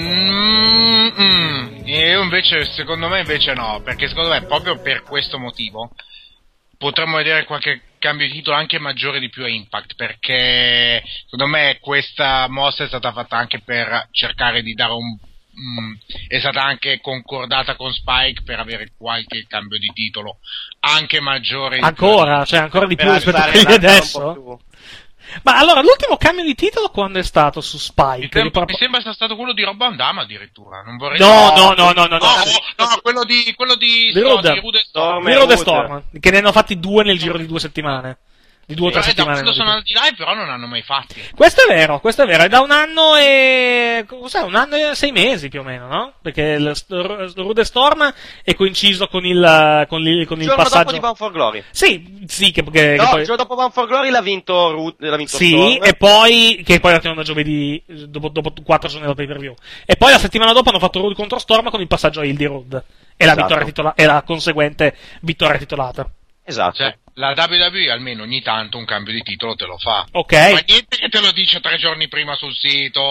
Mm, mm. Io invece, secondo me invece no, perché secondo me proprio per questo motivo potremmo vedere qualche cambio di titolo anche maggiore di più a Impact, perché secondo me questa mossa è stata fatta anche per cercare di dare un mm, è stata anche concordata con Spike per avere qualche cambio di titolo anche maggiore di Ancora, cioè ancora di Per più rispetto a alzare quelli l'altare un po' adesso. più. Ma allora, l'ultimo cambio di titolo quando è stato su più. Spike? Mi sembra, Ripro- mi sembra sia stato quello di Rob Van Damme addirittura, non vorrei No, no, no, no, no, no. no, no, quello di quello di Di Storm, Rude. di Rude e Storm. Storm. Di Road Wood. Storm, che ne hanno fatti due nel giro di due settimane. Di due o tre Eh, da settimane. quando non sono di più. andati live però non hanno mai fatti. Questo è vero, questo è vero, è da un anno e... cos'è? Un anno e sei mesi più o meno, no? Perché il St- Rude Storm è coinciso con il, con il, con Il il giorno passaggio... dopo di Bound for Glory. Sì, sì, che, che, No, che poi... il giorno dopo Bound for Glory l'ha vinto Rude, l'ha vinto Sì, Storm. e poi, che poi la tenuto da giovedì, dopo, dopo quattro giorni del pay per view. E poi la settimana dopo hanno fatto Rude contro Storm con il passaggio a Hill di Rude. E la Esatto. vittoria titola- e la conseguente vittoria titolata. Esatto. Cioè, la W W E almeno ogni tanto un cambio di titolo te lo fa. Ok. Ma niente che te lo dice tre giorni prima sul sito.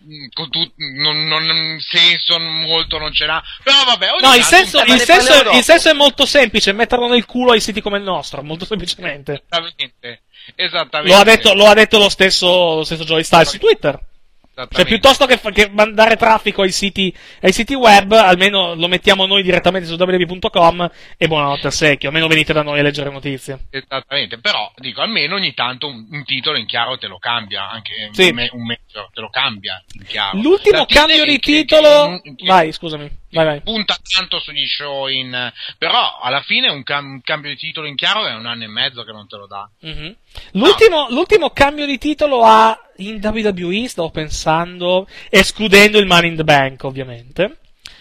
con tu, non, non senso molto non ce l'ha, però vabbè. No, il senso, il, senso, il senso è molto semplice, metterlo nel culo ai siti come il nostro, molto semplicemente. Esattamente, esattamente. Lo ha detto, lo ha detto lo stesso, lo stesso Joey Styles su Twitter. Cioè, piuttosto che, che mandare traffico ai siti, ai siti web, almeno lo mettiamo noi direttamente su w w w punto com e buonanotte a secchio, almeno venite da noi a leggere notizie. Esattamente, però, dico, almeno ogni tanto un, un titolo in chiaro te lo cambia, anche sì. un, me- un major te lo cambia in chiaro. L'ultimo La cambio di che, titolo... Che, che, vai, scusami, vai, vai. Punta tanto sugli show in... però, alla fine un, cam- un cambio di titolo in chiaro è un anno e mezzo che non te lo dà. Mm-hmm. L'ultimo, no. l'ultimo cambio di titolo ha in W W E, stavo pensando, escludendo il Money in the Bank ovviamente,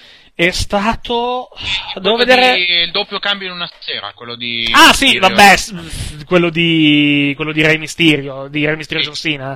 è stato devo vedere di, il doppio cambio in una sera, quello di ah sì Mysterio. Vabbè, quello di quello di Rey Mysterio, di Rey Mysterio John Cena.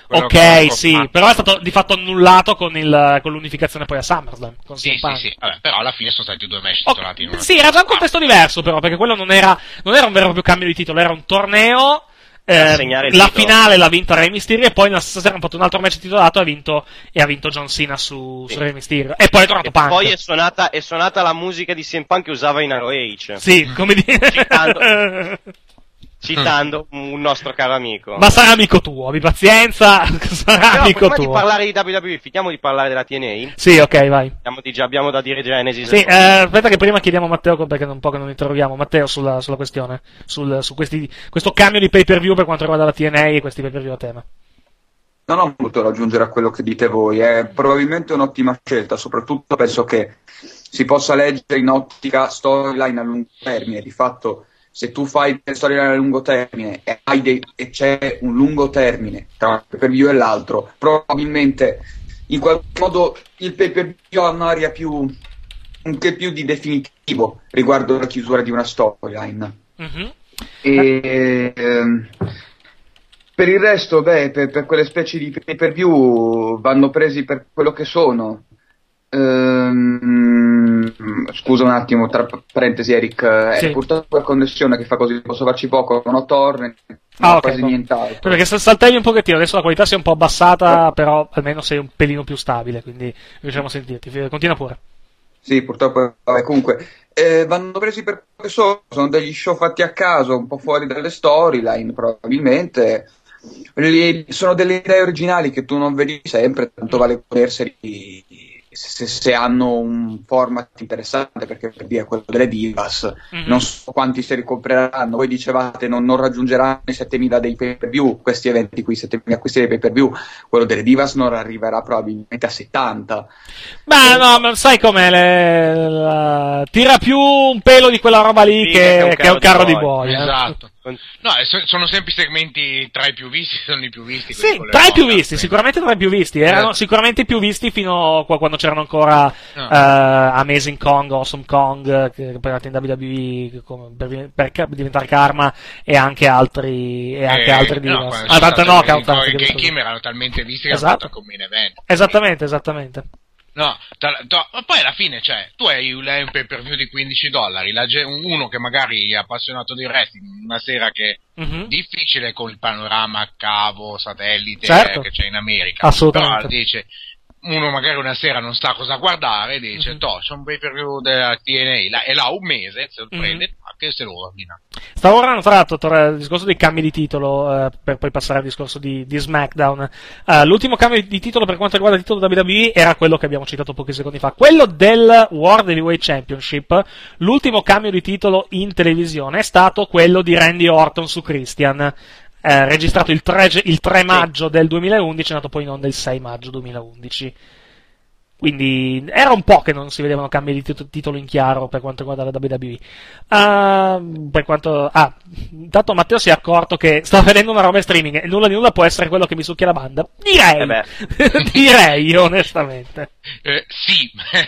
Ok, sì, fatto. Però è stato di fatto annullato con, il, con l'unificazione poi a SummerSlam. Con sì, sì, sì, vabbè, però alla fine sono stati due match oh, titolati in una sì, era già un contesto diverso però, perché quello non era, non era un vero e proprio cambio di titolo, era un torneo. Eh, la titolo. Finale l'ha vinta Rey Mysterio e poi la stessa sera hanno fatto un altro match titolato e ha vinto, e ha vinto John Cena su, sì. su Rey Mysterio e poi è tornato e Punk. Poi è suonata, è suonata la musica di C M Punk che usava in R O H. Sì, come dire. Citando, citando un nostro caro amico. Ma sarà amico tuo, abbi pazienza, sarà Però, amico prima tuo. di parlare di W W E, finiamo di parlare della T N A? Sì, ok, vai. Abbiamo, di, già, abbiamo da dire Genesis. Sì, eh, aspetta che prima chiediamo a Matteo, perché è un po' che non interroghiamo Matteo sulla, sulla questione, sul, su questi, questo cambio di pay per view per quanto riguarda la T N A e questi pay per view a tema. Non ho molto da aggiungere a quello che dite voi, è probabilmente un'ottima scelta, soprattutto penso che si possa leggere in ottica storyline a lungo termine, di fatto se tu fai delle storyline a lungo termine e, hai dei, e c'è un lungo termine tra un pay per view e l'altro, probabilmente in qualche modo il pay per view ha un'area più, anche più di definitivo riguardo la chiusura di una storyline. Mm-hmm. E ehm, per il resto, beh, per, per quelle specie di pay per view vanno presi per quello che sono. Ehm, scusa un attimo, tra parentesi Eric, sì. È purtroppo la connessione che fa così, posso farci poco, non ho torrent, non ah, ho okay, quasi no. nient'altro. Perché se saltelli un pochettino, adesso la qualità si è un po' abbassata, eh. Però almeno sei un pelino più stabile, quindi riusciamo a sentirti. Continua pure. Sì, purtroppo, vabbè, comunque, eh, vanno presi per quello che sono, sono degli show fatti a caso, un po' fuori dalle storyline, probabilmente. Sono delle idee originali che tu non vedi sempre, tanto vale goderseli se, se hanno un format interessante, perché per dire quello delle Divas, mm-hmm. non so quanti se li compreranno. Voi dicevate non, non raggiungeranno i settemila dei pay per view, questi eventi qui, settemila acquisti dei pay per view, quello delle Divas non arriverà probabilmente a settanta. Ma no, ma sai com'è, le, la, tira più un pelo di quella roba lì sì, che, che, che è un carro di buoi. Esatto. No, sono sempre i segmenti tra i più visti, sono i più visti. Sì, tra i più visti, quindi. Sicuramente tra i più visti. Erano eh. sicuramente i più visti fino a quando c'erano ancora no. uh, Amazing Kong, Awesome Kong, che poi in W W E come, per, per, per diventare Karma, e anche altri e anche eh, altri di no, ah, tante knockout. Che Kim erano talmente visti che esatto. hanno fatto come in event. Esattamente, esattamente. No, ta, ta, ma poi alla fine, cioè, tu hai un pay per view di quindici dollari, la, uno che magari è appassionato di wrestling, una sera che è mm-hmm. difficile con il panorama a cavo, satellite certo. che c'è in America, assolutamente. Però dice, uno magari una sera non sa cosa guardare, dice, mm-hmm. toh, c'è un pay per view della T N A, e là un mese, se lo mm-hmm. prende, che se lo ordina. Stavo ora tra l'altro tra il discorso dei cambi di titolo, eh, per poi passare al discorso di, di SmackDown. Uh, l'ultimo cambio di titolo per quanto riguarda il titolo W W E era quello che abbiamo citato pochi secondi fa, quello del World Heavyweight Championship. L'ultimo cambio di titolo in televisione è stato quello di Randy Orton su Christian, eh, registrato il tre, il tre maggio del duemilaundici, è nato poi in onda il sei maggio duemilaundici. Quindi era un po' che non si vedevano cambi di titolo in chiaro per quanto riguarda la W W E. Uh, per quanto ah, intanto Matteo si è accorto che sta vedendo una roba in streaming e nulla di nulla può essere quello che mi succhia la banda. Direi, eh direi onestamente. Eh, sì.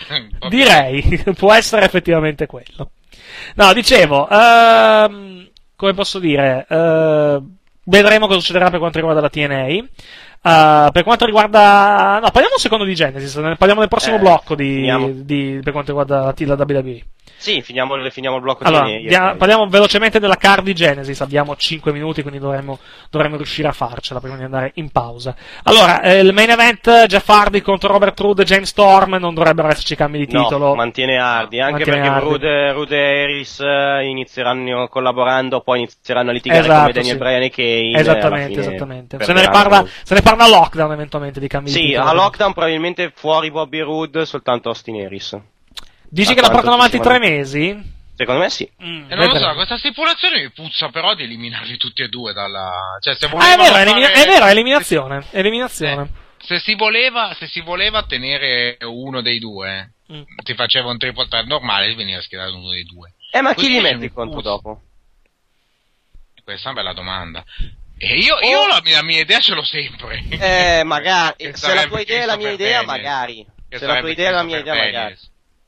Direi, può essere effettivamente quello. No, dicevo, uh, come posso dire, uh, vedremo cosa succederà per quanto riguarda la T N A. Uh, per quanto riguarda... No, parliamo un secondo di Genesis, parliamo del prossimo eh, blocco di, di, per quanto riguarda la, la W W E. Sì, finiamo, finiamo il blocco allora, di dia, parliamo velocemente della card di Genesis, abbiamo cinque minuti, quindi dovremmo, dovremmo riuscire a farcela prima di andare in pausa. Allora, eh, il main event, Jeff Hardy contro Robert Roode e James Storm, non dovrebbero esserci cambi di titolo. No, mantiene Hardy, anche mantiene perché Hardy. Roode, Roode e Harris inizieranno collaborando, poi inizieranno a litigare Esatto, come Daniel sì. Bryan e Kane. Esattamente, esattamente. Se ne, parla, se ne parla a Lockdown eventualmente di cambi sì, di titolo. a Lockdown probabilmente fuori Bobby Roode, soltanto Austin Harris. Dici che la portano avanti tre mesi? Secondo me sì. Mm, E non lo so, questa stipulazione mi puzza però di eliminarli tutti e due dalla... Cioè, se Ah, è vero, è, elimina- fare... è vero, è eliminazione. È eliminazione. Eh, se si voleva, se si voleva tenere uno dei due, mm. si faceva un triple threat normale e veniva schierato uno dei due. Eh, ma Così chi li metti mi contro puzza. dopo? Questa è una bella domanda. E io, io oh. la, mia, la mia idea ce l'ho sempre. Eh, magari. Che se la tua idea è la mia Christopher idea, Daniels. magari. Che se la tua idea è la mia idea, Daniels. magari.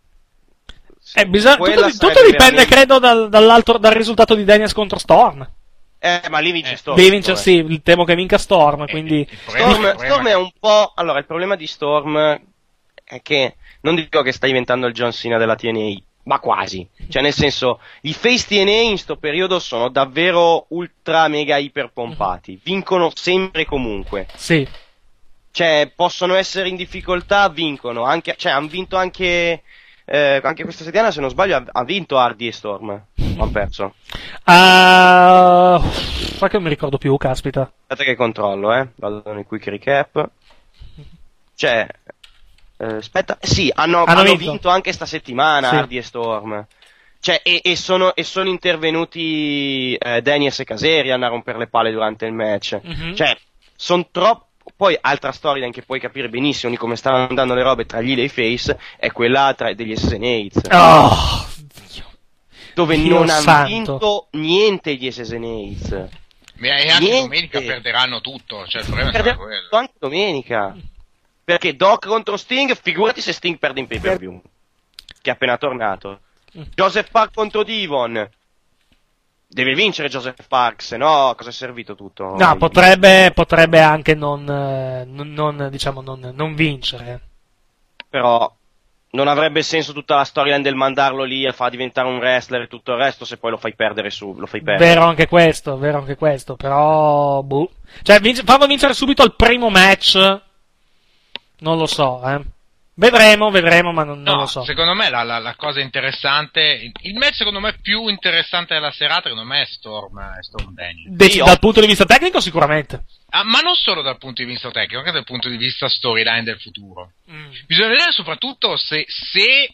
Eh, bisogna, tutto, Quella tutto sarebbe dipende, veramente- credo, dal, dall'altro, dal risultato di Daniels contro Storm. Eh, ma lì vince Storm. Devi vincere, sì, temo che vinca Storm, quindi... Storm, Storm è un po'... Allora, il problema di Storm è che non dico che sta diventando il John Cena della T N A, ma quasi. Cioè, nel senso, i face T N A in sto periodo sono davvero ultra mega iper pompati. Vincono sempre e comunque. Sì. Cioè, possono essere in difficoltà, vincono. Anche, cioè, hanno vinto anche... Eh, anche questa settimana, se non sbaglio, ha, ha vinto Hardy e Storm. O hanno perso. Uh, fa che non mi ricordo più, caspita. Aspetta che controllo, eh. Vado nel quick recap. Cioè, eh, aspetta, sì, hanno, Hanno hanno vinto. vinto. anche sta settimana Sì. Hardy e Storm. Cioè, e, e, sono, e sono intervenuti eh, Daniels e Kazarian a rompere le palle durante il match. Mhm. Cioè, sono troppo. Poi, altra storyline che puoi capire benissimo di come stanno andando le robe tra gli e i face è quella tra degli S S N Aids. Oh, dove Dio non hanno santo. vinto niente gli S S N Aids. E anche Niente. domenica perderanno tutto, cioè il problema sarà Perderà quello. anche domenica. Perché Doc contro Sting, figurati se Sting perde in pay per view, che è appena tornato. Joseph Park contro Devon. Deve vincere Joseph Park, se no cosa è servito tutto? No, potrebbe, potrebbe anche non, eh, non, non, diciamo, non, non vincere. Però non avrebbe senso tutta la storyline del mandarlo lì e far diventare un wrestler e tutto il resto se poi lo fai perdere su, lo fai perdere. Vero anche questo, vero anche questo, però, boh. Cioè, vince, farlo vincere subito al primo match, non lo so, eh. Vedremo, vedremo, ma non, non No, lo so. secondo me la, la, la cosa interessante, il, il match secondo me più interessante della serata, secondo me è Storm, è Storm Daniels. De- Sì, dal oh. punto di vista tecnico sicuramente. Ah, ma non solo dal punto di vista tecnico, anche dal punto di vista storyline del futuro. Mm. Bisogna vedere soprattutto se, se,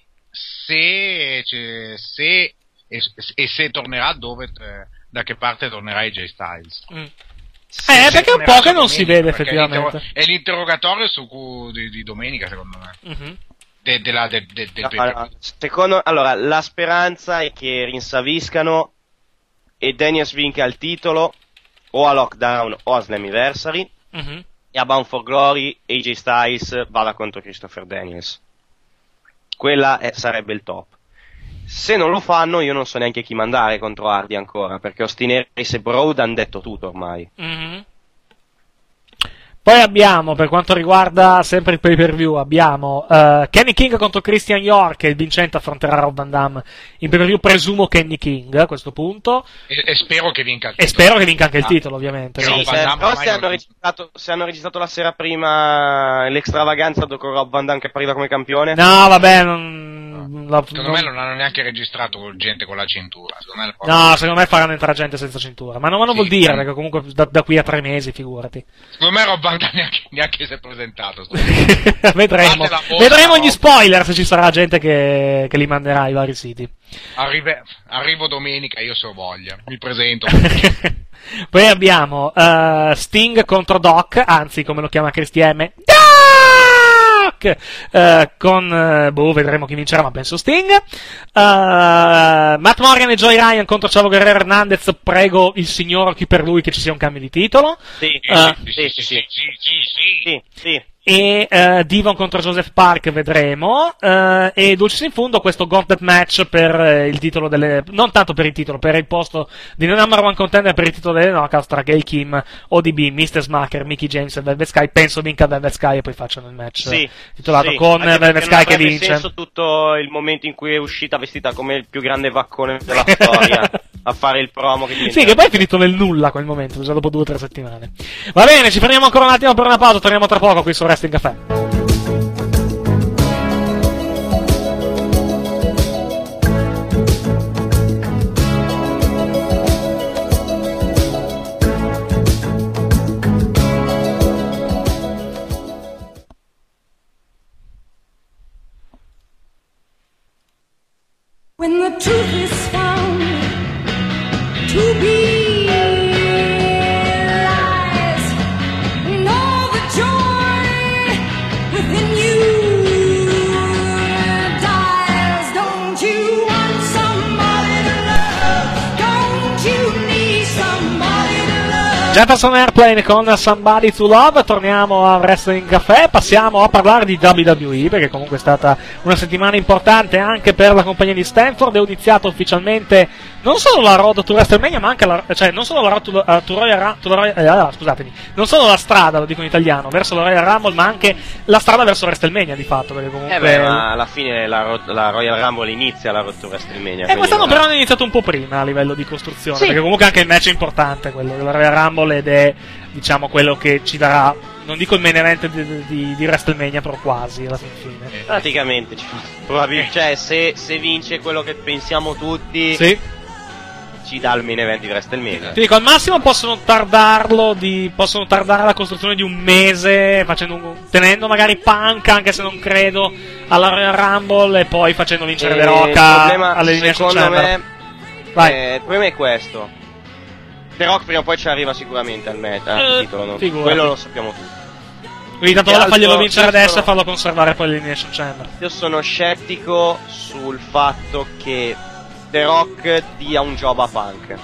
se, cioè, se e, e se tornerà dove, eh, da che parte tornerà A J Styles. Mm. Se- Eh, se perché un tornerà po' che su non si domenica, vede perché effettivamente. È, l'inter- è l'interrogatorio su cu- di, di domenica, secondo me. Mhm. De, della, de, de, del No, pay-per-view. no, secondo, allora, la speranza è che rinsaviscano e Daniels vinca il titolo o a Lockdown o a Slammiversary Mhm. e a Bound for Glory A J Styles vada contro Christopher Daniels. Quella è- sarebbe il top. Se non lo fanno, io non so neanche chi mandare contro Hardy ancora, perché Austin Harris e Broad hanno detto tutto ormai. Mhm. Poi abbiamo, per quanto riguarda sempre il pay per view, abbiamo eh, Kenny King contro Christian York, e il vincente affronterà Rob Van Damme in pay per view, presumo Kenny King a questo punto, E, e spero che vinca il e titolo. spero che vinca anche il Ah. titolo, ovviamente. Sì, perché- Van Eh, Damme però ormai se hanno, non- registrato, se hanno registrato la sera prima l'extravaganza con Rob Van Damme che appariva come campione, No, vabbè, non... la- Secondo non- me non hanno neanche registrato con gente con la cintura. Secondo me, No, secondo me faranno entrare gente senza cintura, ma non, ma non Sì, vuol dire, eh. perché comunque da, da qui a tre mesi, figurati. secondo me Rob Van Damme neanche, neanche si è presentato. Vedremo, Fate la borsa, vedremo gli no? spoiler se ci sarà gente che, che li manderà ai vari siti. Arrive- arrivo domenica, io se ho voglia. Mi presento. Poi abbiamo eh, Sting contro Doc, anzi come lo chiama Christian M, Doc, eh, con, eh, boh, vedremo chi vincerà, ma penso Sting. Eh, Matt Morgan e Joey Ryan contro Chavo Guerrero Hernandez, prego il signor chi per lui che ci sia un cambio di titolo. sì, Eh, sì, sì, sì, sì, sì, sì, sì. e uh, Devon contro Joseph Park vedremo, uh, e Dulcis in Fundo questo gauntlet match per uh, il titolo delle, non tanto per il titolo, per il posto di number one contender, per il titolo delle knockouts tra Gail Kim, O D B, mister Smacker, Mickey James e Velvet Sky. Penso vinca Velvet Sky e poi facciano il match sì, titolato sì, con Velvet Sky che vince. Non ha senso tutto il momento in cui è uscita vestita come il più grande vaccone della storia a fare il promo che sì, che poi è finito nel nulla quel momento, già dopo due o tre settimane. Va bene, ci fermiamo ancora un attimo per una pausa, torniamo tra poco qui su Wrestling Café. When the truth is found to be lies, and all the joy within you dies. Don't you want somebody to love? Don't you need somebody to love? Jefferson Airplane con Somebody to Love. Torniamo a Wrestling Café, passiamo a parlare di W W E, perché comunque è stata una settimana importante anche per la compagnia di Stanford. È iniziato ufficialmente non solo la Road to WrestleMania, ma anche la, cioè non solo la Road to, uh, to Royal, to Royal eh, scusatemi, non solo la strada, lo dico in italiano, verso la Royal Rumble, ma anche la strada verso WrestleMania di fatto, perché comunque eh beh, ma alla fine la, la Royal Rumble inizia la Road to WrestleMania. E quest'anno però hanno iniziato un po' prima a livello di costruzione, sì, perché comunque anche il match è importante, quello della Royal Rumble, ed è, diciamo, quello che ci darà, non dico il main event di, di, di WrestleMania, però quasi alla fine. Praticamente, probabilmente, cioè se, se vince quello che pensiamo tutti, sì, ci dà il main event di WrestleMania. Ti dico, al massimo possono tardarlo di, possono tardare la costruzione di un mese, facendo un, tenendo magari Punk, anche se non credo, alla Royal Rumble, e poi facendo vincere The Rock all'Elimination Chamber. Me, Vai. Eh, il problema è questo: The Rock prima o poi ci arriva sicuramente al meta, eh, titolo, no? Quello lo sappiamo tutti. Quindi tanto vale farglielo vincere adesso sono... e farlo conservare poi all'Elimination Chamber. Io sono scettico sul fatto che The Rock dia un job a Punk.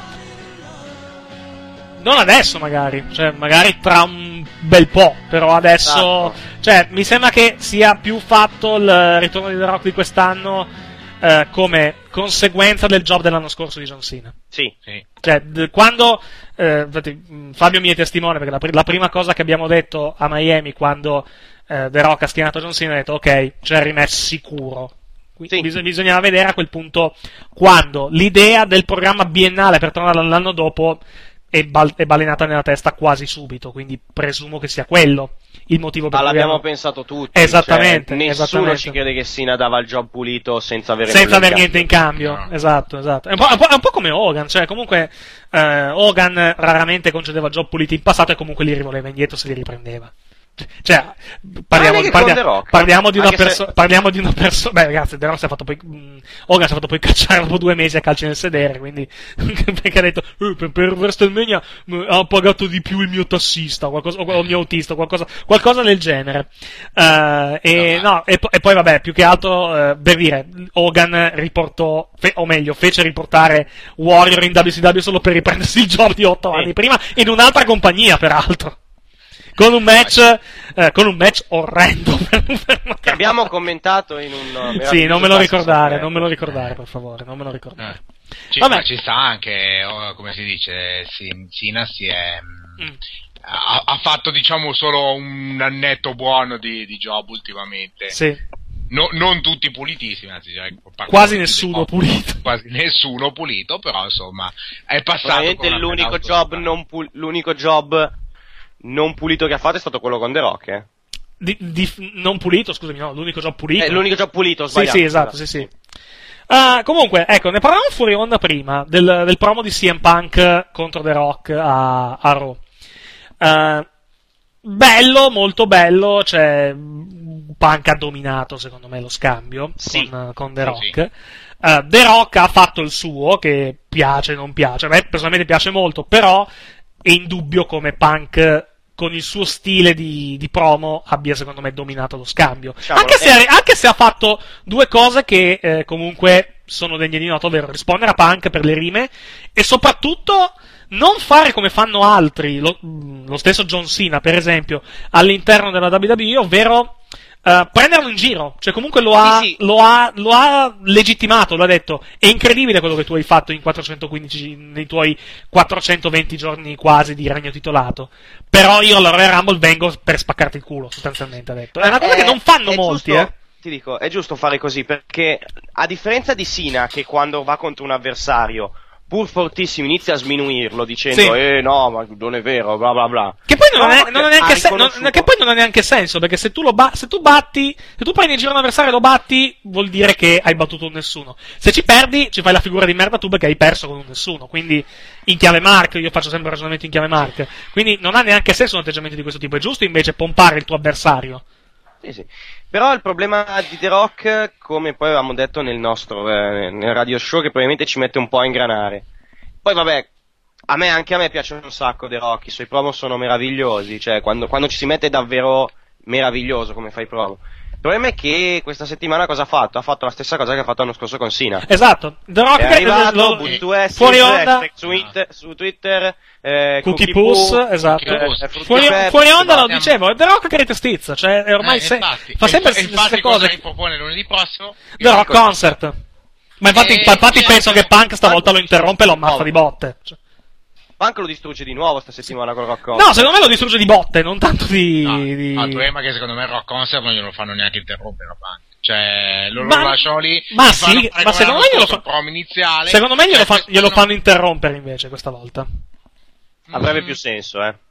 Non adesso magari, cioè magari tra un bel po', però adesso, esatto, cioè mi sembra che sia più fatto il ritorno di The Rock di quest'anno eh, come conseguenza del job dell'anno scorso di John Cena. Sì, sì. Cioè, d- quando eh, Fabio mi è testimone, perché la, pr- la prima cosa che abbiamo detto a Miami quando eh, The Rock ha schierato John Cena, ha detto ok, c'è il rematch sicuro. Quindi sì, bis- bisognava vedere a quel punto quando l'idea del programma biennale per tornare l'anno dopo è, bal- è balenata nella testa quasi subito, quindi presumo che sia quello il motivo per Ma cui l'abbiamo hanno... pensato tutti. Esattamente. Cioè, nessuno esattamente. ci crede che Cena dava il job pulito senza avere senza avere in niente in cambio. No. Esatto, esatto. È un, po', è, un po', è un po' come Hogan, cioè comunque eh, Hogan raramente concedeva job puliti in passato e comunque li rivoleva indietro se li riprendeva. Cioè, parliamo, parliamo, parliamo di una persona, se... parliamo di una persona, beh ragazzi, The Rock si è fatto poi, mh, Hogan si è fatto poi cacciare dopo due mesi a calci nel sedere, quindi, perché ha detto, eh, per, per WrestleMania mh, ha pagato di più il mio tassista, qualcosa, o il mio autista, qualcosa, qualcosa del genere, uh, e, no, no e, e poi vabbè, più che altro, uh, per dire, Hogan riportò, fe, o meglio, fece riportare Warrior in W C W solo per riprendersi il job di otto anni prima, in un'altra compagnia, peraltro. Con un match, eh, con un match orrendo. Che abbiamo commentato in un. Sì, non me lo ricordare, non me lo ricordare, per favore, non me lo ricordare. Eh. Ci, ma ci sta anche, oh, come si dice, Cena si è. Mm. Ha, ha fatto, diciamo, solo un annetto buono di, di job ultimamente. Sì. No, non tutti pulitissimi, anzi, cioè, quasi nessuno pulito. Quasi nessuno pulito, però insomma, è passato. Probabilmente l'unico job, non pu- l'unico job. non pulito che ha fatto è stato quello con The Rock, eh? Di, di, non pulito, scusami, no, l'unico job pulito. Eh, l'unico job pulito, sbagliato. Sì, sì, esatto, sì, sì. Uh, comunque, ecco, ne parlavamo fuori onda prima, del, del promo di C M Punk contro The Rock a, a Raw. Uh, bello, molto bello, cioè, Punk ha dominato, secondo me, lo scambio sì. con, con The Rock. Sì. Uh, The Rock ha fatto il suo, che piace, non piace. A me personalmente piace molto, però è indubbio come Punk con il suo stile di, di promo abbia secondo me dominato lo scambio, diciamo, anche, se, anche se ha fatto due cose che eh, comunque sono degne di nota, ovvero rispondere a Punk per le rime e soprattutto non fare come fanno altri, lo, lo stesso John Cena, per esempio, all'interno della W W E, ovvero Uh, prenderlo in giro, cioè comunque lo ha, sì, sì. Lo, ha, lo ha legittimato, lo ha detto, è incredibile quello che tu hai fatto in quattrocentoquindici, nei tuoi quattrocentoventi giorni quasi di regno titolato, però io alla Royal Rumble vengo per spaccarti il culo, sostanzialmente ha detto. È una cosa eh, che non fanno molti, giusto, eh. Ti dico, è giusto fare così, perché a differenza di Cena, che quando va contro un avversario pur fortissimo inizia a sminuirlo dicendo sì. eh no ma non è vero bla bla bla, che poi non, è, non, ha, neanche sen- non, che poi non ha neanche senso, perché se tu lo ba- se tu batti, se tu prendi in giro un avversario e lo batti, vuol dire che hai battuto un nessuno. Se ci perdi ci fai la figura di merda tu perché hai perso con un nessuno, quindi in chiave Mark, io faccio sempre ragionamento in chiave Mark, quindi non ha neanche senso un atteggiamento di questo tipo. È giusto invece pompare il tuo avversario. Sì, sì. Però il problema di The Rock, come poi avevamo detto nel nostro eh, nel radio show, che probabilmente ci mette un po' a ingranare. Poi vabbè, a me, anche a me piace un sacco The Rock, i suoi promo sono meravigliosi, cioè quando, quando ci si mette è davvero meraviglioso come fa i promo. Il problema è che questa settimana cosa ha fatto? Ha fatto la stessa cosa che ha fatto l'anno scorso con Cena. Esatto, The Rock è arrivato, lo, B due S, fuori onda, su, inter, su Twitter, eh, Cookie Puss, esatto. Eh, fuori, fuori onda lo dicevo, è The Rock che stizza, cioè è ormai eh, se, infatti, fa sempre le stesse cose. Cosa ripropone lunedì prossimo? The Rock Concert. Ma infatti, e, infatti penso che Punk stavolta lo interrompe e lo ammazza di botte. Cioè. Punk lo distrugge di nuovo sta settimana con Rock Concert. No, secondo me lo distrugge di botte, non tanto di... No, di... no il problema è che secondo me il Rock Concert non glielo fanno neanche interrompere a Punk. Cioè, loro ma, lo lasciano lì. Ma sì, ma secondo me glielo fanno... prom iniziale. Secondo me glielo, cioè, fa... glielo fanno interrompere invece questa volta. Avrebbe mm. più senso, eh.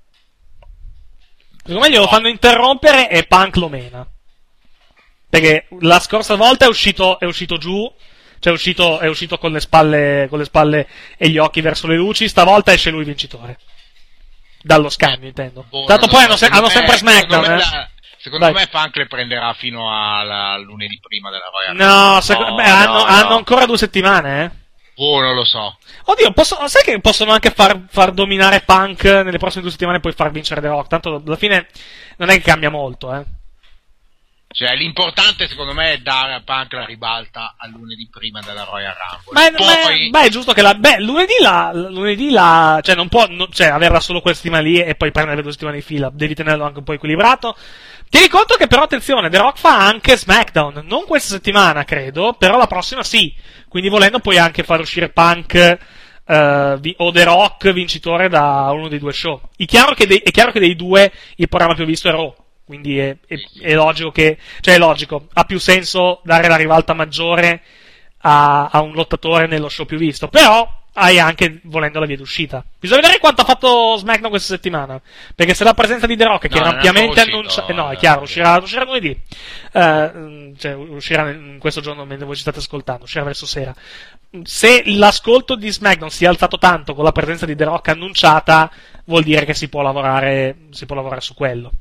Secondo me glielo fanno interrompere e Punk lo mena. Perché la scorsa volta è uscito, è uscito giù... Cioè è uscito, è uscito con le spalle, con le spalle e gli occhi verso le luci, stavolta esce lui vincitore. Dallo scambio, intendo. Boh, Tanto poi so, hanno, se- hanno sempre SmackDown, secondo eh. me, la, secondo me Punk le prenderà fino a lunedì prima della Royal No, seco- no, beh, no, hanno, no. hanno ancora due settimane, eh. Oh, non lo so. Oddio, posso, sai che possono anche far, far dominare Punk nelle prossime due settimane e poi far vincere The Rock? Tanto alla fine non è che cambia molto, eh. Cioè, l'importante secondo me è dare a Punk la ribalta a lunedì prima della Royal Rumble. Ma è, Poi... beh, è giusto che la. Beh, lunedì la. Lunedì la. Cioè, non può. No, cioè, averla solo quella settimana lì e poi prendere le due settimane di fila. Devi tenerlo anche un po' equilibrato. Tieni conto che, però, attenzione, The Rock fa anche SmackDown. Non questa settimana, credo, però la prossima sì. Quindi, volendo, puoi anche far uscire Punk. Uh, vi- o The Rock vincitore da uno dei due show. È chiaro che, de- è chiaro che dei due il programma più visto è Raw. Quindi è, è, è logico che, cioè è logico, ha più senso dare la ribalta maggiore a, a un lottatore nello show più visto, però hai anche, volendo, la via d'uscita. Bisogna vedere quanto ha fatto SmackDown questa settimana, perché se la presenza di The Rock, che no, era ampiamente annunciata, eh, no, è chiaro, uscirà, uscirà lunedì, uh, cioè uscirà in questo giorno mentre voi ci state ascoltando, uscirà verso sera. Se l'ascolto di SmackDown si è alzato tanto con la presenza di The Rock annunciata, vuol dire che si può lavorare, si può lavorare su quello.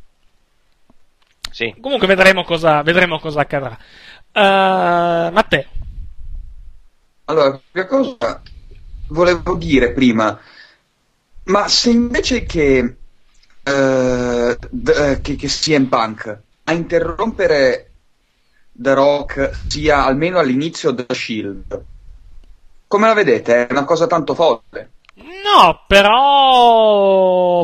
Sì. Comunque vedremo cosa, vedremo cosa accadrà. Uh, Matteo. Allora, che cosa volevo dire prima? Ma se invece che, uh, d- che, che C M Punk a interrompere The Rock sia almeno all'inizio The Shield, come la vedete? È una cosa tanto folle. No, però...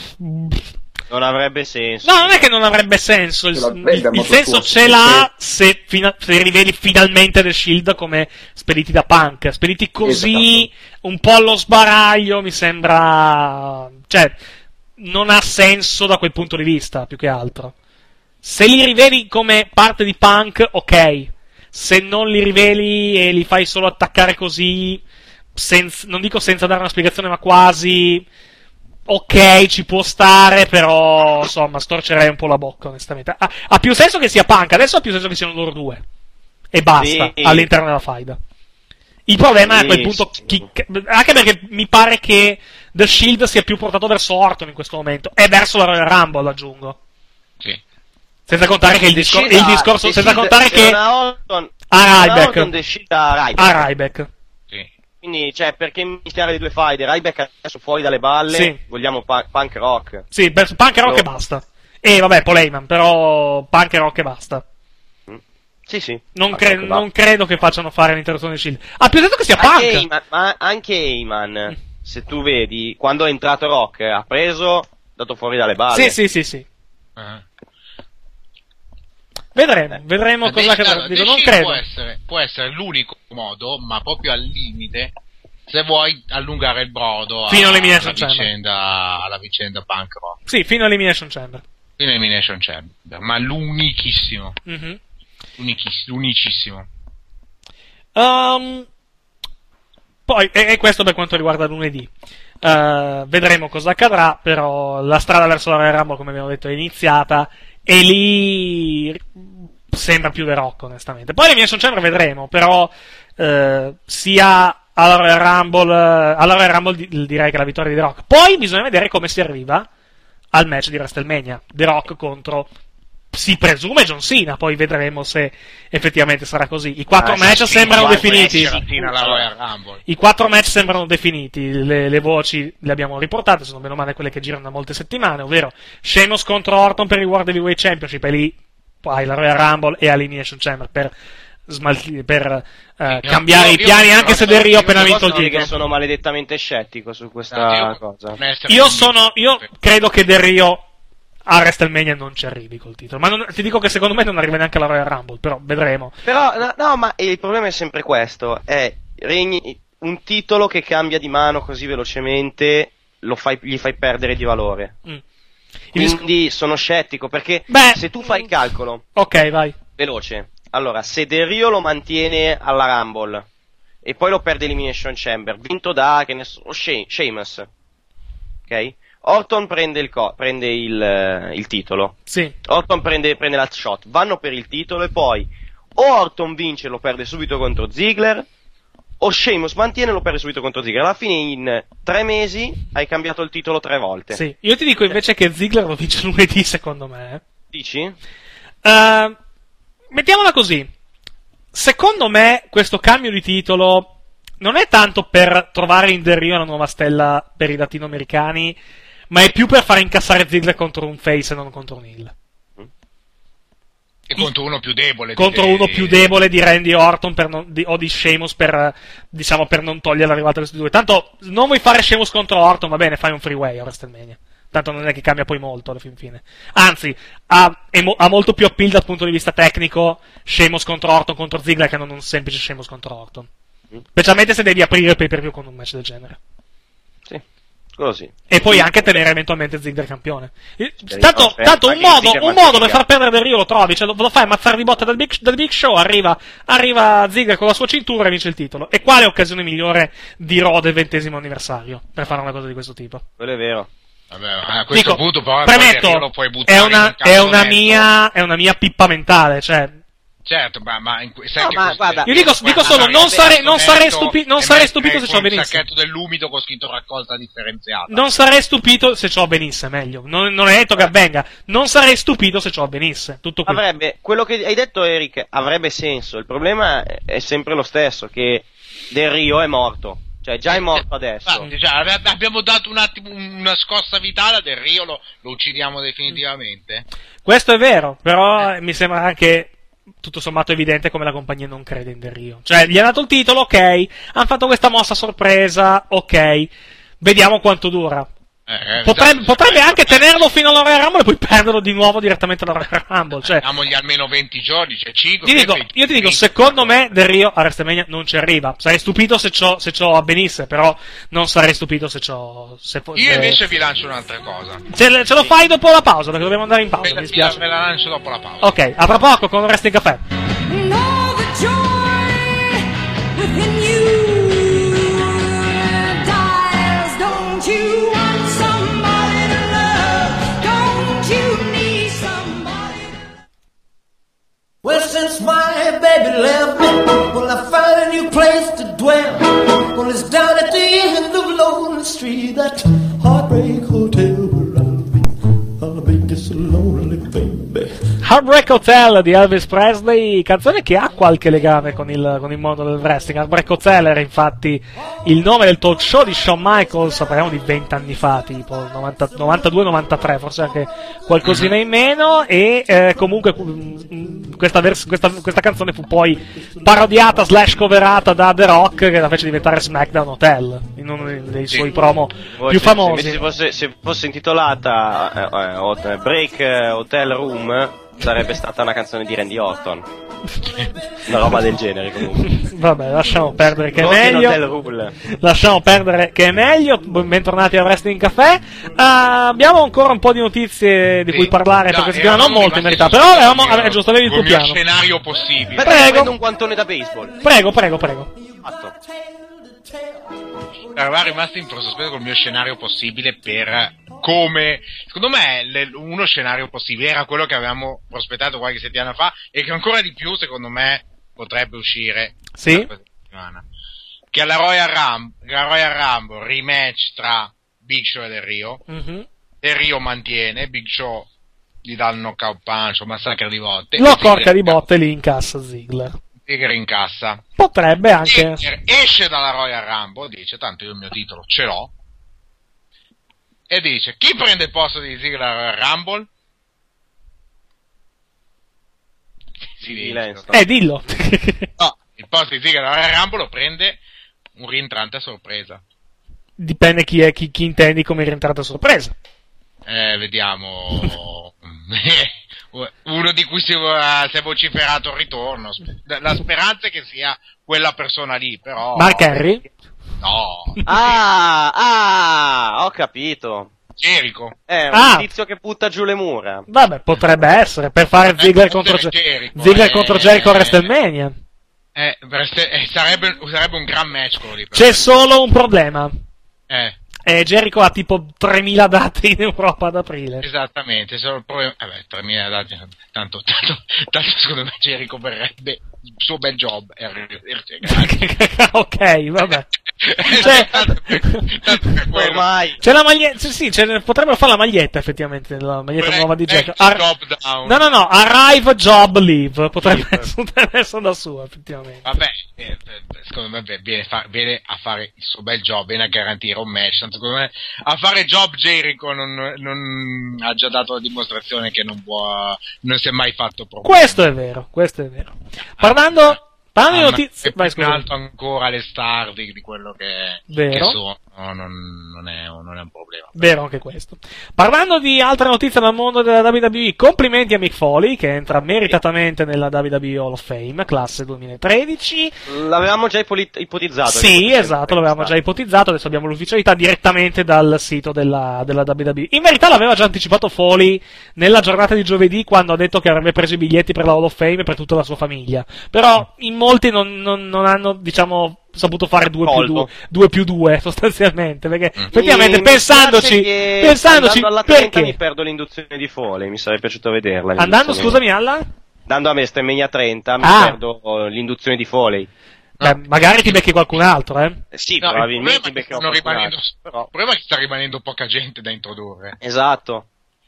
Non avrebbe senso. No, non è che non avrebbe senso. Il, il, il senso ce l'ha se, fina, se riveli finalmente The Shield come spediti da Punk. Spediti così, esatto. Un po' allo sbaraglio, mi sembra... Cioè, non ha senso da quel punto di vista, più che altro. Se li riveli come parte di Punk, ok. Se non li riveli e li fai solo attaccare così, senza, non dico senza dare una spiegazione, ma quasi... Ok, ci può stare, però insomma storcerei un po' la bocca, onestamente. Ha, ha più senso che sia Punk, adesso ha più senso che siano loro due. E basta, sì. All'interno della faida. Il problema sì, è a quel punto, sì. chi, anche perché mi pare che The Shield sia più portato verso Orton in questo momento, e verso la Royal Rumble, aggiungo. Sì. Senza contare che il, discor- il discorso, The senza Shield, contare che... Orton, a Ryback. A Ryback. A Ryback. Quindi, cioè, perché mischiare le due faide? Ryback adesso fuori dalle balle, sì. Vogliamo pa- Punk Rock. Sì, Punk Rock e basta. E vabbè, Paul Heyman, però Punk Rock e basta. Mm. Sì, sì. Non, cre- non credo che facciano fare l'interruzione di Shield. Ah, più detto che sia Punk! Heyman, ma anche Heyman, mm. se tu vedi, quando è entrato Rock, ha preso dato fuori dalle balle. Sì, sì, sì, sì. Uh-huh. Vedremo, eh. vedremo eh, cosa The, che allora, dico, non Shield credo. Può essere, può essere l'unico modo, ma proprio al limite, se vuoi allungare il brodo fino a, all'Elimination alla, vicenda, alla vicenda Punk Rock. Sì, fino all'Elimination Chamber. Fino all'Elimination Chamber, ma l'unichissimo. Mm-hmm. Unichiss- l'unicissimo. Um, poi, e, e questo per quanto riguarda lunedì. Uh, vedremo cosa accadrà, però la strada verso la Royal Rumble, come abbiamo detto, è iniziata, e lì sembra più The Rock, onestamente. Poi l'Elimination Chamber vedremo, però uh, sia alla Royal Rumble, alla Royal Rumble direi che la vittoria di The Rock. Poi bisogna vedere come si arriva al match di WrestleMania, The Rock contro, si presume, John Cena, poi vedremo se effettivamente sarà così. I quattro ah, match sì, sembrano definiti. I quattro match sembrano definiti, le, le voci le abbiamo riportate, sono meno male quelle che girano da molte settimane, ovvero Sheamus contro Orton per il World Heavyweight Championship, e lì poi la Royal Rumble e Elimination Chamber per Smalti, per uh, cambiare io, i piani, io, anche se Del Rio ha appena vinto il titolo. Che sono maledettamente scettico su questa io, cosa. Io sono, io credo che Del Rio a WrestleMania non ci arrivi col titolo, ma non, ti dico che secondo me non arriva neanche alla Royal Rumble, però vedremo. Però no, no, ma il problema è sempre questo, è regni, un titolo che cambia di mano così velocemente, lo fai, gli fai perdere di valore. Mm. Quindi sono scettico, perché Beh, se tu fai il calcolo, ok, vai, veloce. Allora, se Del Rio lo mantiene alla Rumble e poi lo perde Elimination Chamber, vinto da, che ne so, She- Sheamus, ok? Orton prende il, co- prende il, il titolo. Sì. Orton prende, prende la shot, vanno per il titolo e poi o Orton vince e lo perde subito contro Ziggler, o Sheamus mantiene e lo perde subito contro Ziggler. Alla fine in tre mesi hai cambiato il titolo tre volte. Sì. Io ti dico invece che Ziggler lo vince lunedì, secondo me. Dici? Uh, mettiamola così. Secondo me questo cambio di titolo non è tanto per trovare in Del Rio una nuova stella per i latinoamericani, ma è più per far incassare Ziggler contro un face e non contro un heel. E contro uno più debole. Contro di... uno più debole di Randy Orton per non, di, o di Sheamus per, diciamo, per non togliere l'arrivata di questi due. Tanto non vuoi fare Sheamus contro Orton, va bene, fai un freeway a WrestleMania. Tanto non è che cambia poi molto alla fin fine. Anzi, ha, mo- ha molto più appeal dal punto di vista tecnico Sheamus contro Orton contro Ziggler che non un semplice Sheamus contro Orton. Mm. Specialmente se devi aprire il pay-per-view con un match del genere. Sì. Così. E poi anche tenere eventualmente Ziggler campione. Tanto, tanto un modo, un modo per far perdere Del Rio lo trovi, cioè lo, lo fai ammazzare di botta dal Big, dal Big Show, arriva, arriva Ziggler con la sua cintura e vince il titolo. E quale occasione migliore di Raw del ventesimo anniversario per fare una cosa di questo tipo? Quello è vero. Vabbè, a questo Dico, punto però premetto, lo puoi buttare è una, è una mia, è una mia pippa mentale, cioè. Certo, ma, ma in, sai no, che ma guarda, io dico, dico solo, non, sare, non sarei stupito, non sarei stupito se ciò avvenisse. Un sacchetto dell'umido con scritto raccolta differenziata. Non sarei stupito se ciò avvenisse, meglio. Non, non è detto che avvenga. Non sarei stupito se ciò avvenisse. Tutto qui. Avrebbe, quello che hai detto, Eric, avrebbe senso. Il problema è sempre lo stesso, che Del Rio è morto. Cioè, già è morto adesso. Infatti, cioè, abbiamo dato un attimo una scossa vitale a Del Rio, lo, lo uccidiamo definitivamente. Questo è vero, però eh. mi sembra anche tutto sommato evidente come la compagnia non crede in Del Rio. Cioè, gli ha dato il titolo, ok, hanno fatto questa mossa sorpresa, ok, vediamo quanto dura. Eh, potrebbe, esatto, potrebbe esatto, anche esatto. tenerlo fino alla Royal Rumble e poi perderlo di nuovo direttamente alla Royal Rumble. Cioè, diamogli almeno venti giorni, cioè cinque. Ti dico, io ti dico, secondo me Del Rio a WrestleMania non ci arriva. Sarei stupito se ciò, se ciò avvenisse, però non sarei stupito se ciò. Se, io se... invece vi lancio un'altra cosa. Ce, ce lo fai dopo la pausa, perché dobbiamo andare in pausa. Me, mi dispiace. Me la lancio dopo la pausa. Ok, a tra poco con Wrestling Café. Know the joy within you dies, don't you want somebody to love? Don't you need somebody to... Well, since my baby left me, well, I found a new place to dwell. Well, it's down at the end of Lonely Street, that heartbreak hotel where I'll be. I'll be just so lonely, baby. Heartbreak Hotel di Elvis Presley, canzone che ha qualche legame con il, con il mondo del wrestling. Heartbreak Hotel era infatti il nome del talk show di Shawn Michaels, parliamo di venti anni fa, tipo novanta, novantadue novantatré, forse anche qualcosina in meno, e eh, comunque mh, questa, vers- questa, questa canzone fu poi parodiata slash coverata da The Rock, che la fece diventare SmackDown Hotel, in uno dei suoi sì. promo Poi più se, famosi. Se fosse, se fosse intitolata eh, eh, Break Hotel Room, sarebbe stata una canzone di Randy Orton. Una roba del genere, comunque. Vabbè, lasciamo perdere che è Broken meglio. Hotel Rule. Lasciamo perdere che è meglio. Bentornati a Wrestling Caffè. Uh, abbiamo ancora un po' di notizie di sì. cui parlare no, per questa settimana, non molte in verità, però avevamo, è giusto, avevi il tuo piano. Scenario possibile. Prego. Prendo un guantone da baseball. Prego, prego, prego. Fatto. Eravamo rimasti in sospeso col mio scenario possibile per come, secondo me, le, uno scenario possibile era quello che avevamo prospettato qualche settimana fa e che ancora di più, secondo me, potrebbe uscire sì? questa settimana. Che alla Royal Rumble, la Royal Rumble, rematch tra Big Show e Del Rio. Mm-hmm. Del Rio mantiene, Big Show gli dà il knockout punch o massacra di botte. Lo corca di botte, lì incassa Ziggler. Ziggler incassa. Potrebbe anche. Ziggler esce dalla Royal Rumble, dice, tanto io il mio titolo ce l'ho. E dice, chi prende il posto di Ziggler alla Royal Rumble? Silenzio. Eh, dillo. No, il posto di Ziggler alla Royal Rumble lo prende un rientrante a sorpresa. Dipende chi è, chi, chi intendi come rientrata a sorpresa. Eh, vediamo. Uno di cui si, uh, si è vociferato il ritorno. La speranza è che sia quella persona lì, però. Mark Henry? No. Ah, ah, ho capito. Jericho. È un Ah. tizio che butta giù le mura. Vabbè, potrebbe essere per fare Ziggler contro Jericho, Ziggler eh, contro Jericho a eh, WrestleMania. Eh, eh, sarebbe, sarebbe un gran match quello lì. C'è solo un problema. Eh. Eh, Jericho ha tipo tremila date in Europa ad aprile. Esattamente, solo il problema. Vabbè, tremila date. Tanto, tanto, tanto secondo me Jericho verrebbe il suo bel job. E arrivederci, grazie. Ok, vabbè. Cioè, ormai c'è la maglietta, sì, sì, c'è, potrebbero fare la maglietta effettivamente, la maglietta Break, nuova di Jericho. Ar- Ar- down. no, no, no, arrive, job, leave. Potrebbe essere, essere da sua, effettivamente. Vabbè, eh, secondo me viene, fa- viene a fare il suo bel job, viene a garantire un match. Tanto secondo me a fare job Jericho non, non ha già dato la dimostrazione che non può, non si è mai fatto problemi. Questo è vero, questo è vero. Parlando... Parlando di notizie, è vai, più scusa. alto ancora le star di, di quello che, Vero. che sono, no, non, non, è, non è un problema. Vero anche questo. Parlando di altre notizie dal mondo della W W E, complimenti a Mick Foley che entra meritatamente nella W W E Hall of Fame, classe duemilatredici. L'avevamo già ipolit- ipotizzato. Sì, esatto, l'avevamo già ipotizzato, adesso abbiamo l'ufficialità direttamente dal sito della, della W W E. In verità l'aveva già anticipato Foley nella giornata di giovedì quando ha detto che avrebbe preso i biglietti per la Hall of Fame per tutta la sua famiglia. Però in molti non, non, non hanno, diciamo, saputo fare due più due, due più due sostanzialmente, perché Mm. effettivamente Mi pensandoci, che pensandoci andando alla trenta perché mi perdo l'induzione di Foley, mi sarebbe piaciuto vederla. andando, scusami, alla? Andando a WrestleMania trenta mi Ah. perdo oh, l'induzione di Foley. Beh, magari ti becchi qualcun altro, eh? Eh sì, No, probabilmente il problema, è che beccherò stanno qualcun rimanendo, altro, però. il problema è che sta rimanendo poca gente da introdurre. Esatto.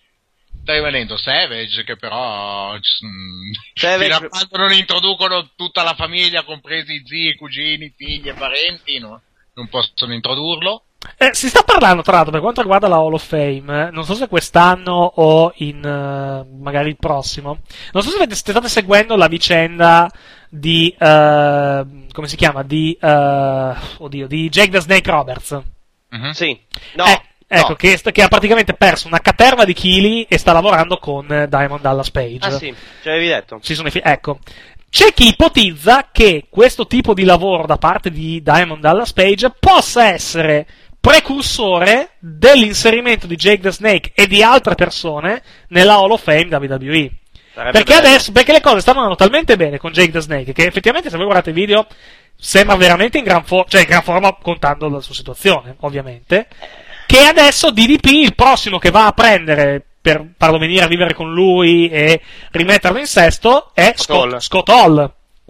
Sta rimanendo Savage, che però mm, Savage- fino a quando non introducono tutta la famiglia, compresi zii, cugini, figli e parenti, no? Non possono introdurlo. Eh, si sta parlando, tra l'altro, per quanto riguarda la Hall of Fame, eh, non so se quest'anno o in eh, magari il prossimo. Non so se avete, state seguendo la vicenda di eh, come si chiama? Di eh, oddio, di Jake the Snake Roberts. Mm-hmm. Sì. No. Eh, ecco, no. che, che ha praticamente perso una caterva di chili e sta lavorando con eh, Diamond Dallas Page. Ah sì, ce l'avevi detto. Ci sono i fi- ecco. C'è chi ipotizza che questo tipo di lavoro da parte di Diamond Dallas Page possa essere precursore dell'inserimento di Jake the Snake e di altre persone nella Hall of Fame W W E. Sarebbe Perché bello. adesso, perché le cose stanno andando talmente bene con Jake the Snake che effettivamente se voi guardate il video sembra veramente in gran forma, cioè in gran forma contando la sua situazione, ovviamente, che adesso D D P, il prossimo che va a prendere per farlo venire a vivere con lui e rimetterlo in sesto, è Scott Hall. Scott, Scott Hall.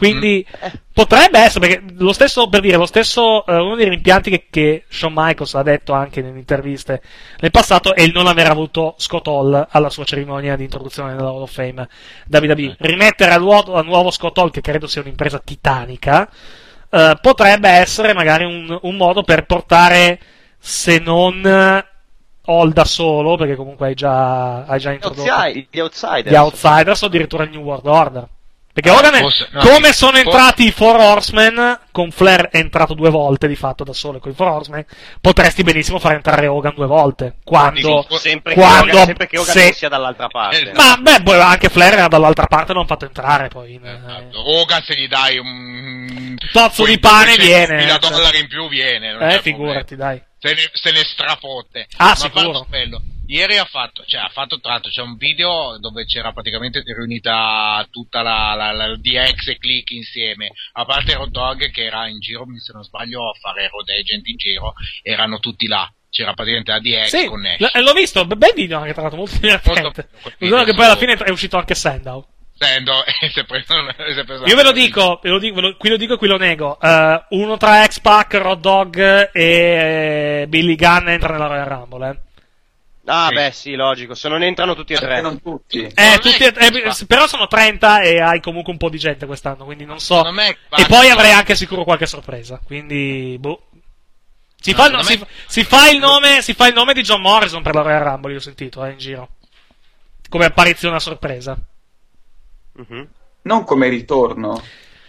Quindi mm. potrebbe essere, perché lo stesso, per dire, lo stesso, uh, uno dei rimpianti che, che Shawn Michaels ha detto anche nelle interviste nel passato è il non aver avuto Scott Hall alla sua cerimonia di introduzione nella Hall of Fame W W E. Rimettere a nuovo, a nuovo Scott Hall, che credo sia un'impresa titanica, uh, potrebbe essere magari un, un modo per portare, se non Hall da solo, perché comunque hai già, hai già introdotto gli Outsiders, gli Outsiders o addirittura il New World Order. Perché ah, Hogan, forse, no, come sono forse. entrati i Four Horsemen, con Flair è entrato due volte di fatto da solo con i Four Horsemen, potresti benissimo far entrare Hogan due volte. Quando, sì, sempre, quando, che Hogan, sempre che Hogan se, non sia dall'altra parte. Eh, ma beh, poi anche Flair era dall'altra parte e non fatto entrare poi. In, esatto. Hogan, se gli dai un tozzo di pane viene. mille dollari in più viene. Non eh, figurati, dai. Se ne, se ne strafotte. Ah, ma sicuro. Ieri ha fatto, cioè ha fatto tra l'altro, c'è un video dove c'era praticamente riunita tutta la, la, la D X e Click insieme, a parte Road Dogg che era in giro, se non sbaglio, a fare Road Agent in giro, erano tutti là. C'era praticamente la D X sì, con Nash. L- l'ho visto, bel video anche tra l'altro, molto divertente. Molto, che poi alla fine è uscito anche Sandow. Sandow e si è preso, si è preso Io ve lo dico, ve lo dico, ve lo, qui lo dico e qui lo nego. Uh, uno tra X-Pac, Road Dogg e eh, Billy Gunn entra nella Royal Rumble, eh. Ah, sì. beh, sì, logico. Se non entrano tutti e tre. Non tutti. Eh, tutti e, eh, però sono trenta e hai comunque un po' di gente quest'anno, quindi non so. E poi avrei anche sicuro qualche sorpresa, quindi boh. Si, no, fa, il, si, si, fa il nome, si fa il nome di John Morrison per la Royal Rumble, io ho sentito, eh, in giro. Come apparizione a sorpresa. Mm-hmm. Non come ritorno.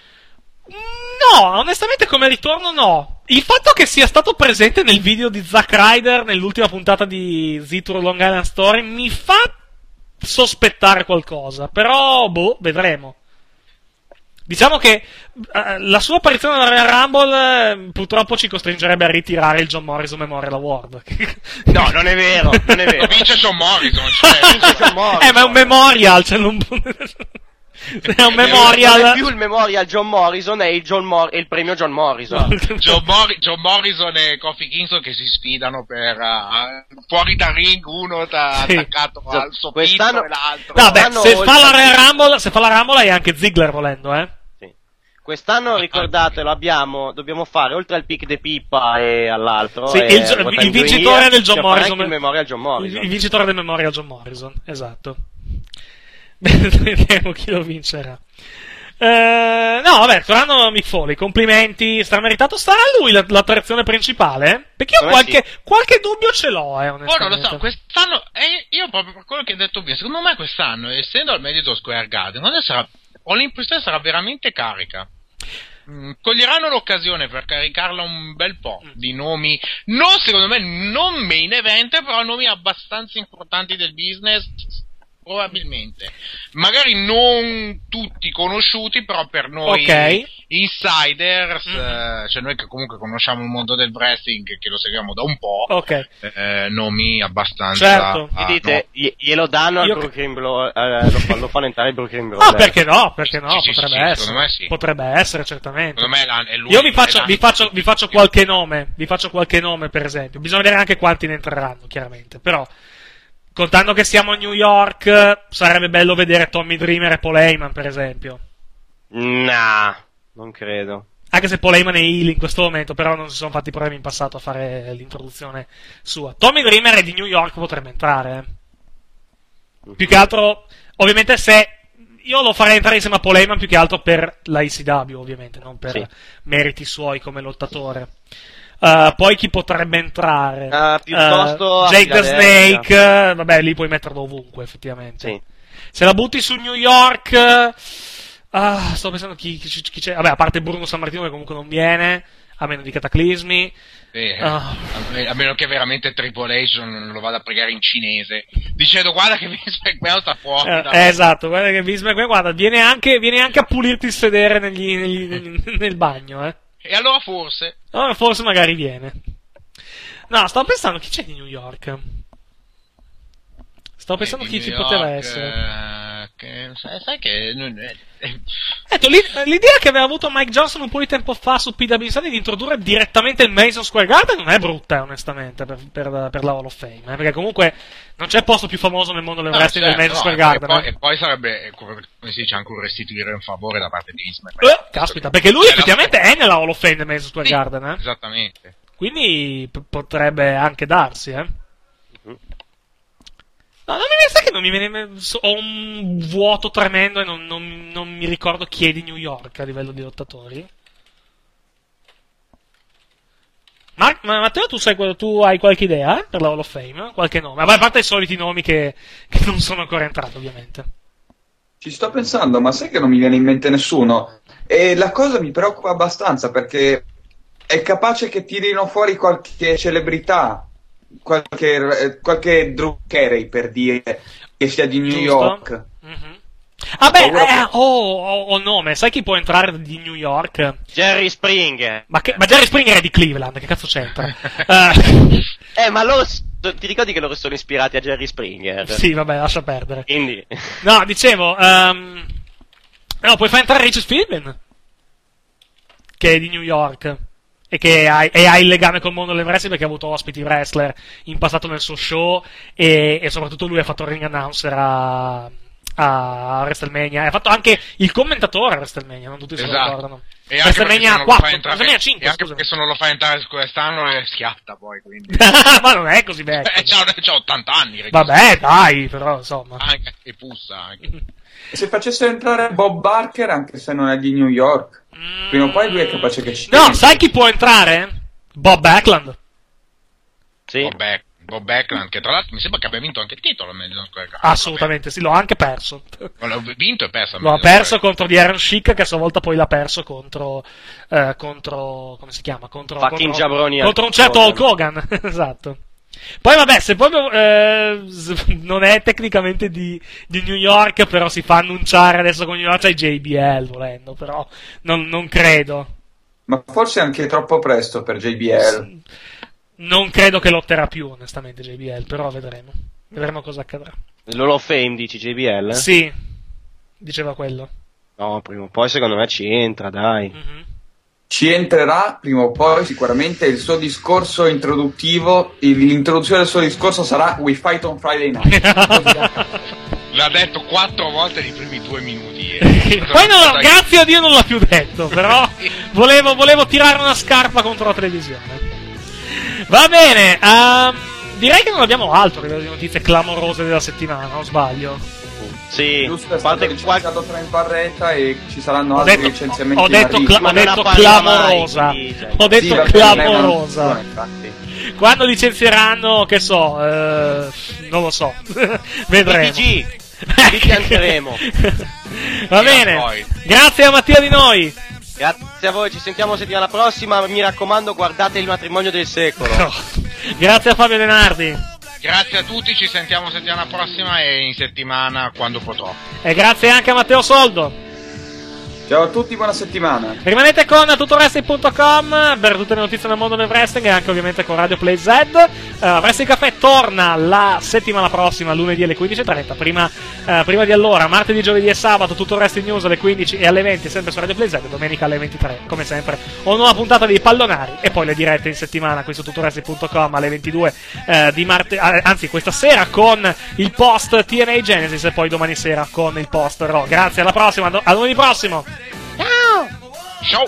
No, onestamente come ritorno no. Il fatto che sia stato presente nel video di Zack Ryder nell'ultima puntata di Z-Tour Long Island Story mi fa sospettare qualcosa, però boh, vedremo. Diciamo che uh, la sua apparizione nella Royal Rumble uh, purtroppo ci costringerebbe a ritirare il John Morrison Memorial Award. No, non è vero, non è vero. Vince John Morrison, cioè, vince John Morrison. Eh, ma è un memorial, cioè non... è un memorial. Non è più il memorial John Morrison, è il, John Mor- è il premio John Morrison. No. John, Mor- John Morrison e Kofi Kingston che si sfidano per uh, fuori dal ring, uno ta- sì. attaccato so, al soffitto quest'anno... e l'altro. No, beh, se fa la Royal Rumble, se fa la Rumble hai anche Ziggler volendo, eh. Sì. Quest'anno, ricordatelo, abbiamo, dobbiamo fare, oltre al pick de Pippa e all'altro, sì, e il, il vincitore del John Morrison. Il memorial John Morrison. Il, il vincitore del memorial John Morrison, esatto. Vediamo chi lo vincerà. Uh, no, vabbè, tornando a Mick Foley, complimenti, strameritato. Sarà lui la, l'attrazione principale? Perché io qualche, sì. qualche dubbio ce l'ho, eh, onestamente. Oh, non lo so, quest'anno, eh, io proprio per quello che hai detto prima, secondo me quest'anno, essendo al Madison Square Garden, sarà, ho l'impressione sarà veramente carica. Mm, coglieranno l'occasione per caricarla un bel po' di nomi, non secondo me, non main event, però nomi abbastanza importanti del business. Probabilmente, magari non tutti conosciuti, però per noi okay. insiders, mm. eh, cioè noi che comunque conosciamo il mondo del wrestling, che lo seguiamo da un po', okay. eh, nomi abbastanza. Certo. Ah, dite, no. glielo danno al Io... Brooklyn Brawl, eh, lo, fa, lo fanno entrare il Brooklyn Brawl. Ah, perché no? Perché no? Sì, potrebbe sì, essere. Secondo me sì. Potrebbe essere, certamente. Secondo me è lui, Io vi faccio, è vi faccio, vi faccio qualche nome, vi faccio qualche nome, per esempio. Bisogna vedere anche quanti ne entreranno, chiaramente, però. Contando che siamo a New York, sarebbe bello vedere Tommy Dreamer e Paul Heyman, per esempio. Nah, non credo. Anche se Paul Heyman è heel in questo momento, però non si sono fatti problemi in passato a fare l'introduzione sua. Tommy Dreamer è di New York, potrebbe entrare. Eh. Più che altro, ovviamente se... Io lo farei entrare insieme a Paul Heyman più che altro per la I C W, ovviamente, non per sì. meriti suoi come lottatore. Uh, poi chi potrebbe entrare? Uh, piuttosto uh, Jake the Snake, uh, vabbè, lì puoi metterlo ovunque, effettivamente. Sì. Se la butti su New York, uh, sto pensando chi, chi, chi c'è. Vabbè, a parte Bruno Sammartino che comunque non viene, a meno di cataclismi. Eh, uh. a meno che veramente Triple H non lo vada a pregare in cinese, dicendo guarda che Vince McMahon sta fuori. Uh, eh, esatto, guarda che Vince McMahon, guarda, viene anche, viene anche a pulirti il sedere negli, negli, negli, nel bagno, eh. E allora forse? Allora forse magari viene. No, stavo pensando chi c'è di New York. Stavo pensando eh, chi New ci York, poteva essere. Eh, che sai, sai che non è, è... Ecco, l'idea che aveva avuto Mike Johnson un po' di tempo fa su P W Sunday di introdurre direttamente il Madison Square Garden non è brutta, onestamente, per, per, per la Hall of Fame, eh, perché comunque non c'è posto più famoso nel mondo del no, wrestling certo, del Madison no, Square e Garden. poi, eh. e poi sarebbe, come si dice, anche un restituire un favore da parte di Vince. Eh, caspita, perché lui effettivamente è nella Hall of Fame del Madison Square sì, Garden, eh? Esattamente. Quindi p- potrebbe anche darsi, eh. No, non mi sa che non mi viene. Ho un vuoto tremendo e non, non, non mi ricordo chi è di New York a livello di lottatori. Ma, ma Matteo, tu, sai, tu hai qualche idea eh, per la Hall of Fame? Qualche nome? A parte i soliti nomi che, che non sono ancora entrati, ovviamente. Ci sto pensando, ma sai che non mi viene in mente nessuno? E la cosa mi preoccupa abbastanza perché è capace che tirino fuori qualche celebrità. Qualche, qualche Drew Carey, per dire, che sia di New Giusto. York. Mm-hmm. Ah beh, Paura eh, che- oh, oh, oh, nome, sai chi può entrare di New York? Jerry Springer. Ma, che, ma Jerry Springer è di Cleveland, che cazzo c'entra? uh, Eh, ma loro, s- ti ricordi che loro sono ispirati a Jerry Springer? sì, vabbè, lascia perdere. Quindi... No, dicevo, um, no, puoi far entrare Richard Philbin, che è di New York. E che ha, e ha il legame col mondo del wrestling perché ha avuto ospiti wrestler in passato nel suo show e, e soprattutto lui ha fatto il ring announcer a, a WrestleMania e ha fatto anche il commentatore a WrestleMania, non tutti se lo Esatto. ricordano. E anche perché se WrestleMania non lo quattro, fa entrare- WrestleMania cinque, e anche scusa. perché se non lo fa entrare su quest'anno eh, schiatta poi, quindi. Ma non è così vecchio. Eh, c'ha, c'ha ottanta anni, ragazzi. Vabbè, dai, però insomma. Anche, e pussa anche. E se facessero entrare Bob Barker, anche se non è di New York, prima o poi lui è capace che ci No, sai chi può entrare? Bob Backlund. Sì. Bob, Back, Bob Backlund, che tra l'altro mi sembra che abbia vinto anche il titolo al Madison Square Garden. Assolutamente, sì, l'ho anche perso. L'ho vinto e perso al Lo ha Madison perso Square contro di Iron Sheik, che a sua volta poi l'ha perso contro, eh, contro, come si chiama? Contro, Fucking contro, jabroni contro un Hulk certo Hulk Hogan. Hogan, esatto. Poi vabbè, se proprio eh, s- non è tecnicamente di, di New York, però si fa annunciare adesso con New York c'è J B L volendo, però non, non credo. Ma forse anche troppo presto per J B L. Non credo che lotterà più, onestamente, J B L, però vedremo. Vedremo cosa accadrà. L'Hall of Fame, dici, J B L? Sì, diceva quello. No, prima o poi secondo me ci entra, dai. Mm-hmm. Ci entrerà prima o poi sicuramente. Il suo discorso introduttivo, il- l'introduzione del suo discorso sarà We Fight on Friday Night. L'ha detto quattro volte nei primi due minuti. eh. Poi no, grazie a Dio non l'ha più detto, però volevo, volevo tirare una scarpa contro la televisione. Va bene, ehm, direi che non abbiamo altro a livello di notizie clamorose della settimana, o sbaglio? Sì, Giusto, è stato licenziato Trent Barretta e ci saranno Ho altri detto, licenziamenti ho in detto, arrivo. cla- ho detto clamorosa. Ho detto Sì, vabbè, clamorosa. non è una- infatti. Quando licenzieranno, che so, eh, non lo so, vedremo. T G, li pianteremo. Va bene, grazie a Mattia Di Noi. Grazie a voi, ci sentiamo settimana prossima. Mi raccomando, guardate il matrimonio del secolo. Grazie a Fabio Denardi. Grazie a tutti, ci sentiamo settimana prossima e in settimana quando potrò. E grazie anche a Matteo Soldo. Ciao a tutti, buona settimana. Rimanete con tutto wrestling punto com per tutte le notizie del mondo del wrestling e anche ovviamente con Radio Play Z. Uh, Wrestling Café torna la settimana prossima, lunedì alle quindici e trenta. Prima, uh, prima di allora, martedì, giovedì e sabato, tutto Wrestling News alle quindici e alle venti, sempre su Radio Play Z. Domenica alle ventitré, come sempre, una nuova puntata di Pallonari. E poi le dirette in settimana qui su tutto wrestling punto com alle ventidue uh, di martedì, uh, anzi questa sera con il post T N A Genesis e poi domani sera con il post Raw. Grazie, alla prossima, a lunedì prossimo. Ciao! Ciao!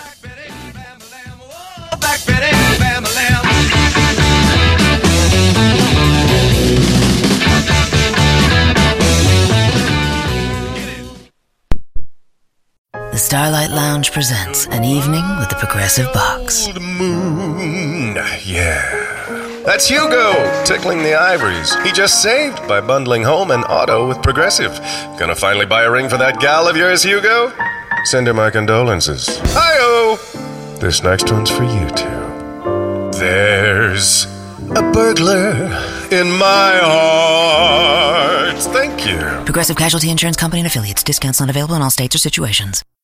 The Starlight Lounge presents An Evening with the Progressive Box. Old moon, yeah. That's Hugo, tickling the ivories. He just saved by bundling home and auto with Progressive. Gonna finally buy a ring for that gal of yours, Hugo? Send her my condolences. Hi-oh! This next one's for you two. There's a burglar in my heart. Thank you. Progressive Casualty Insurance Company and Affiliates. Discounts not available in all states or situations.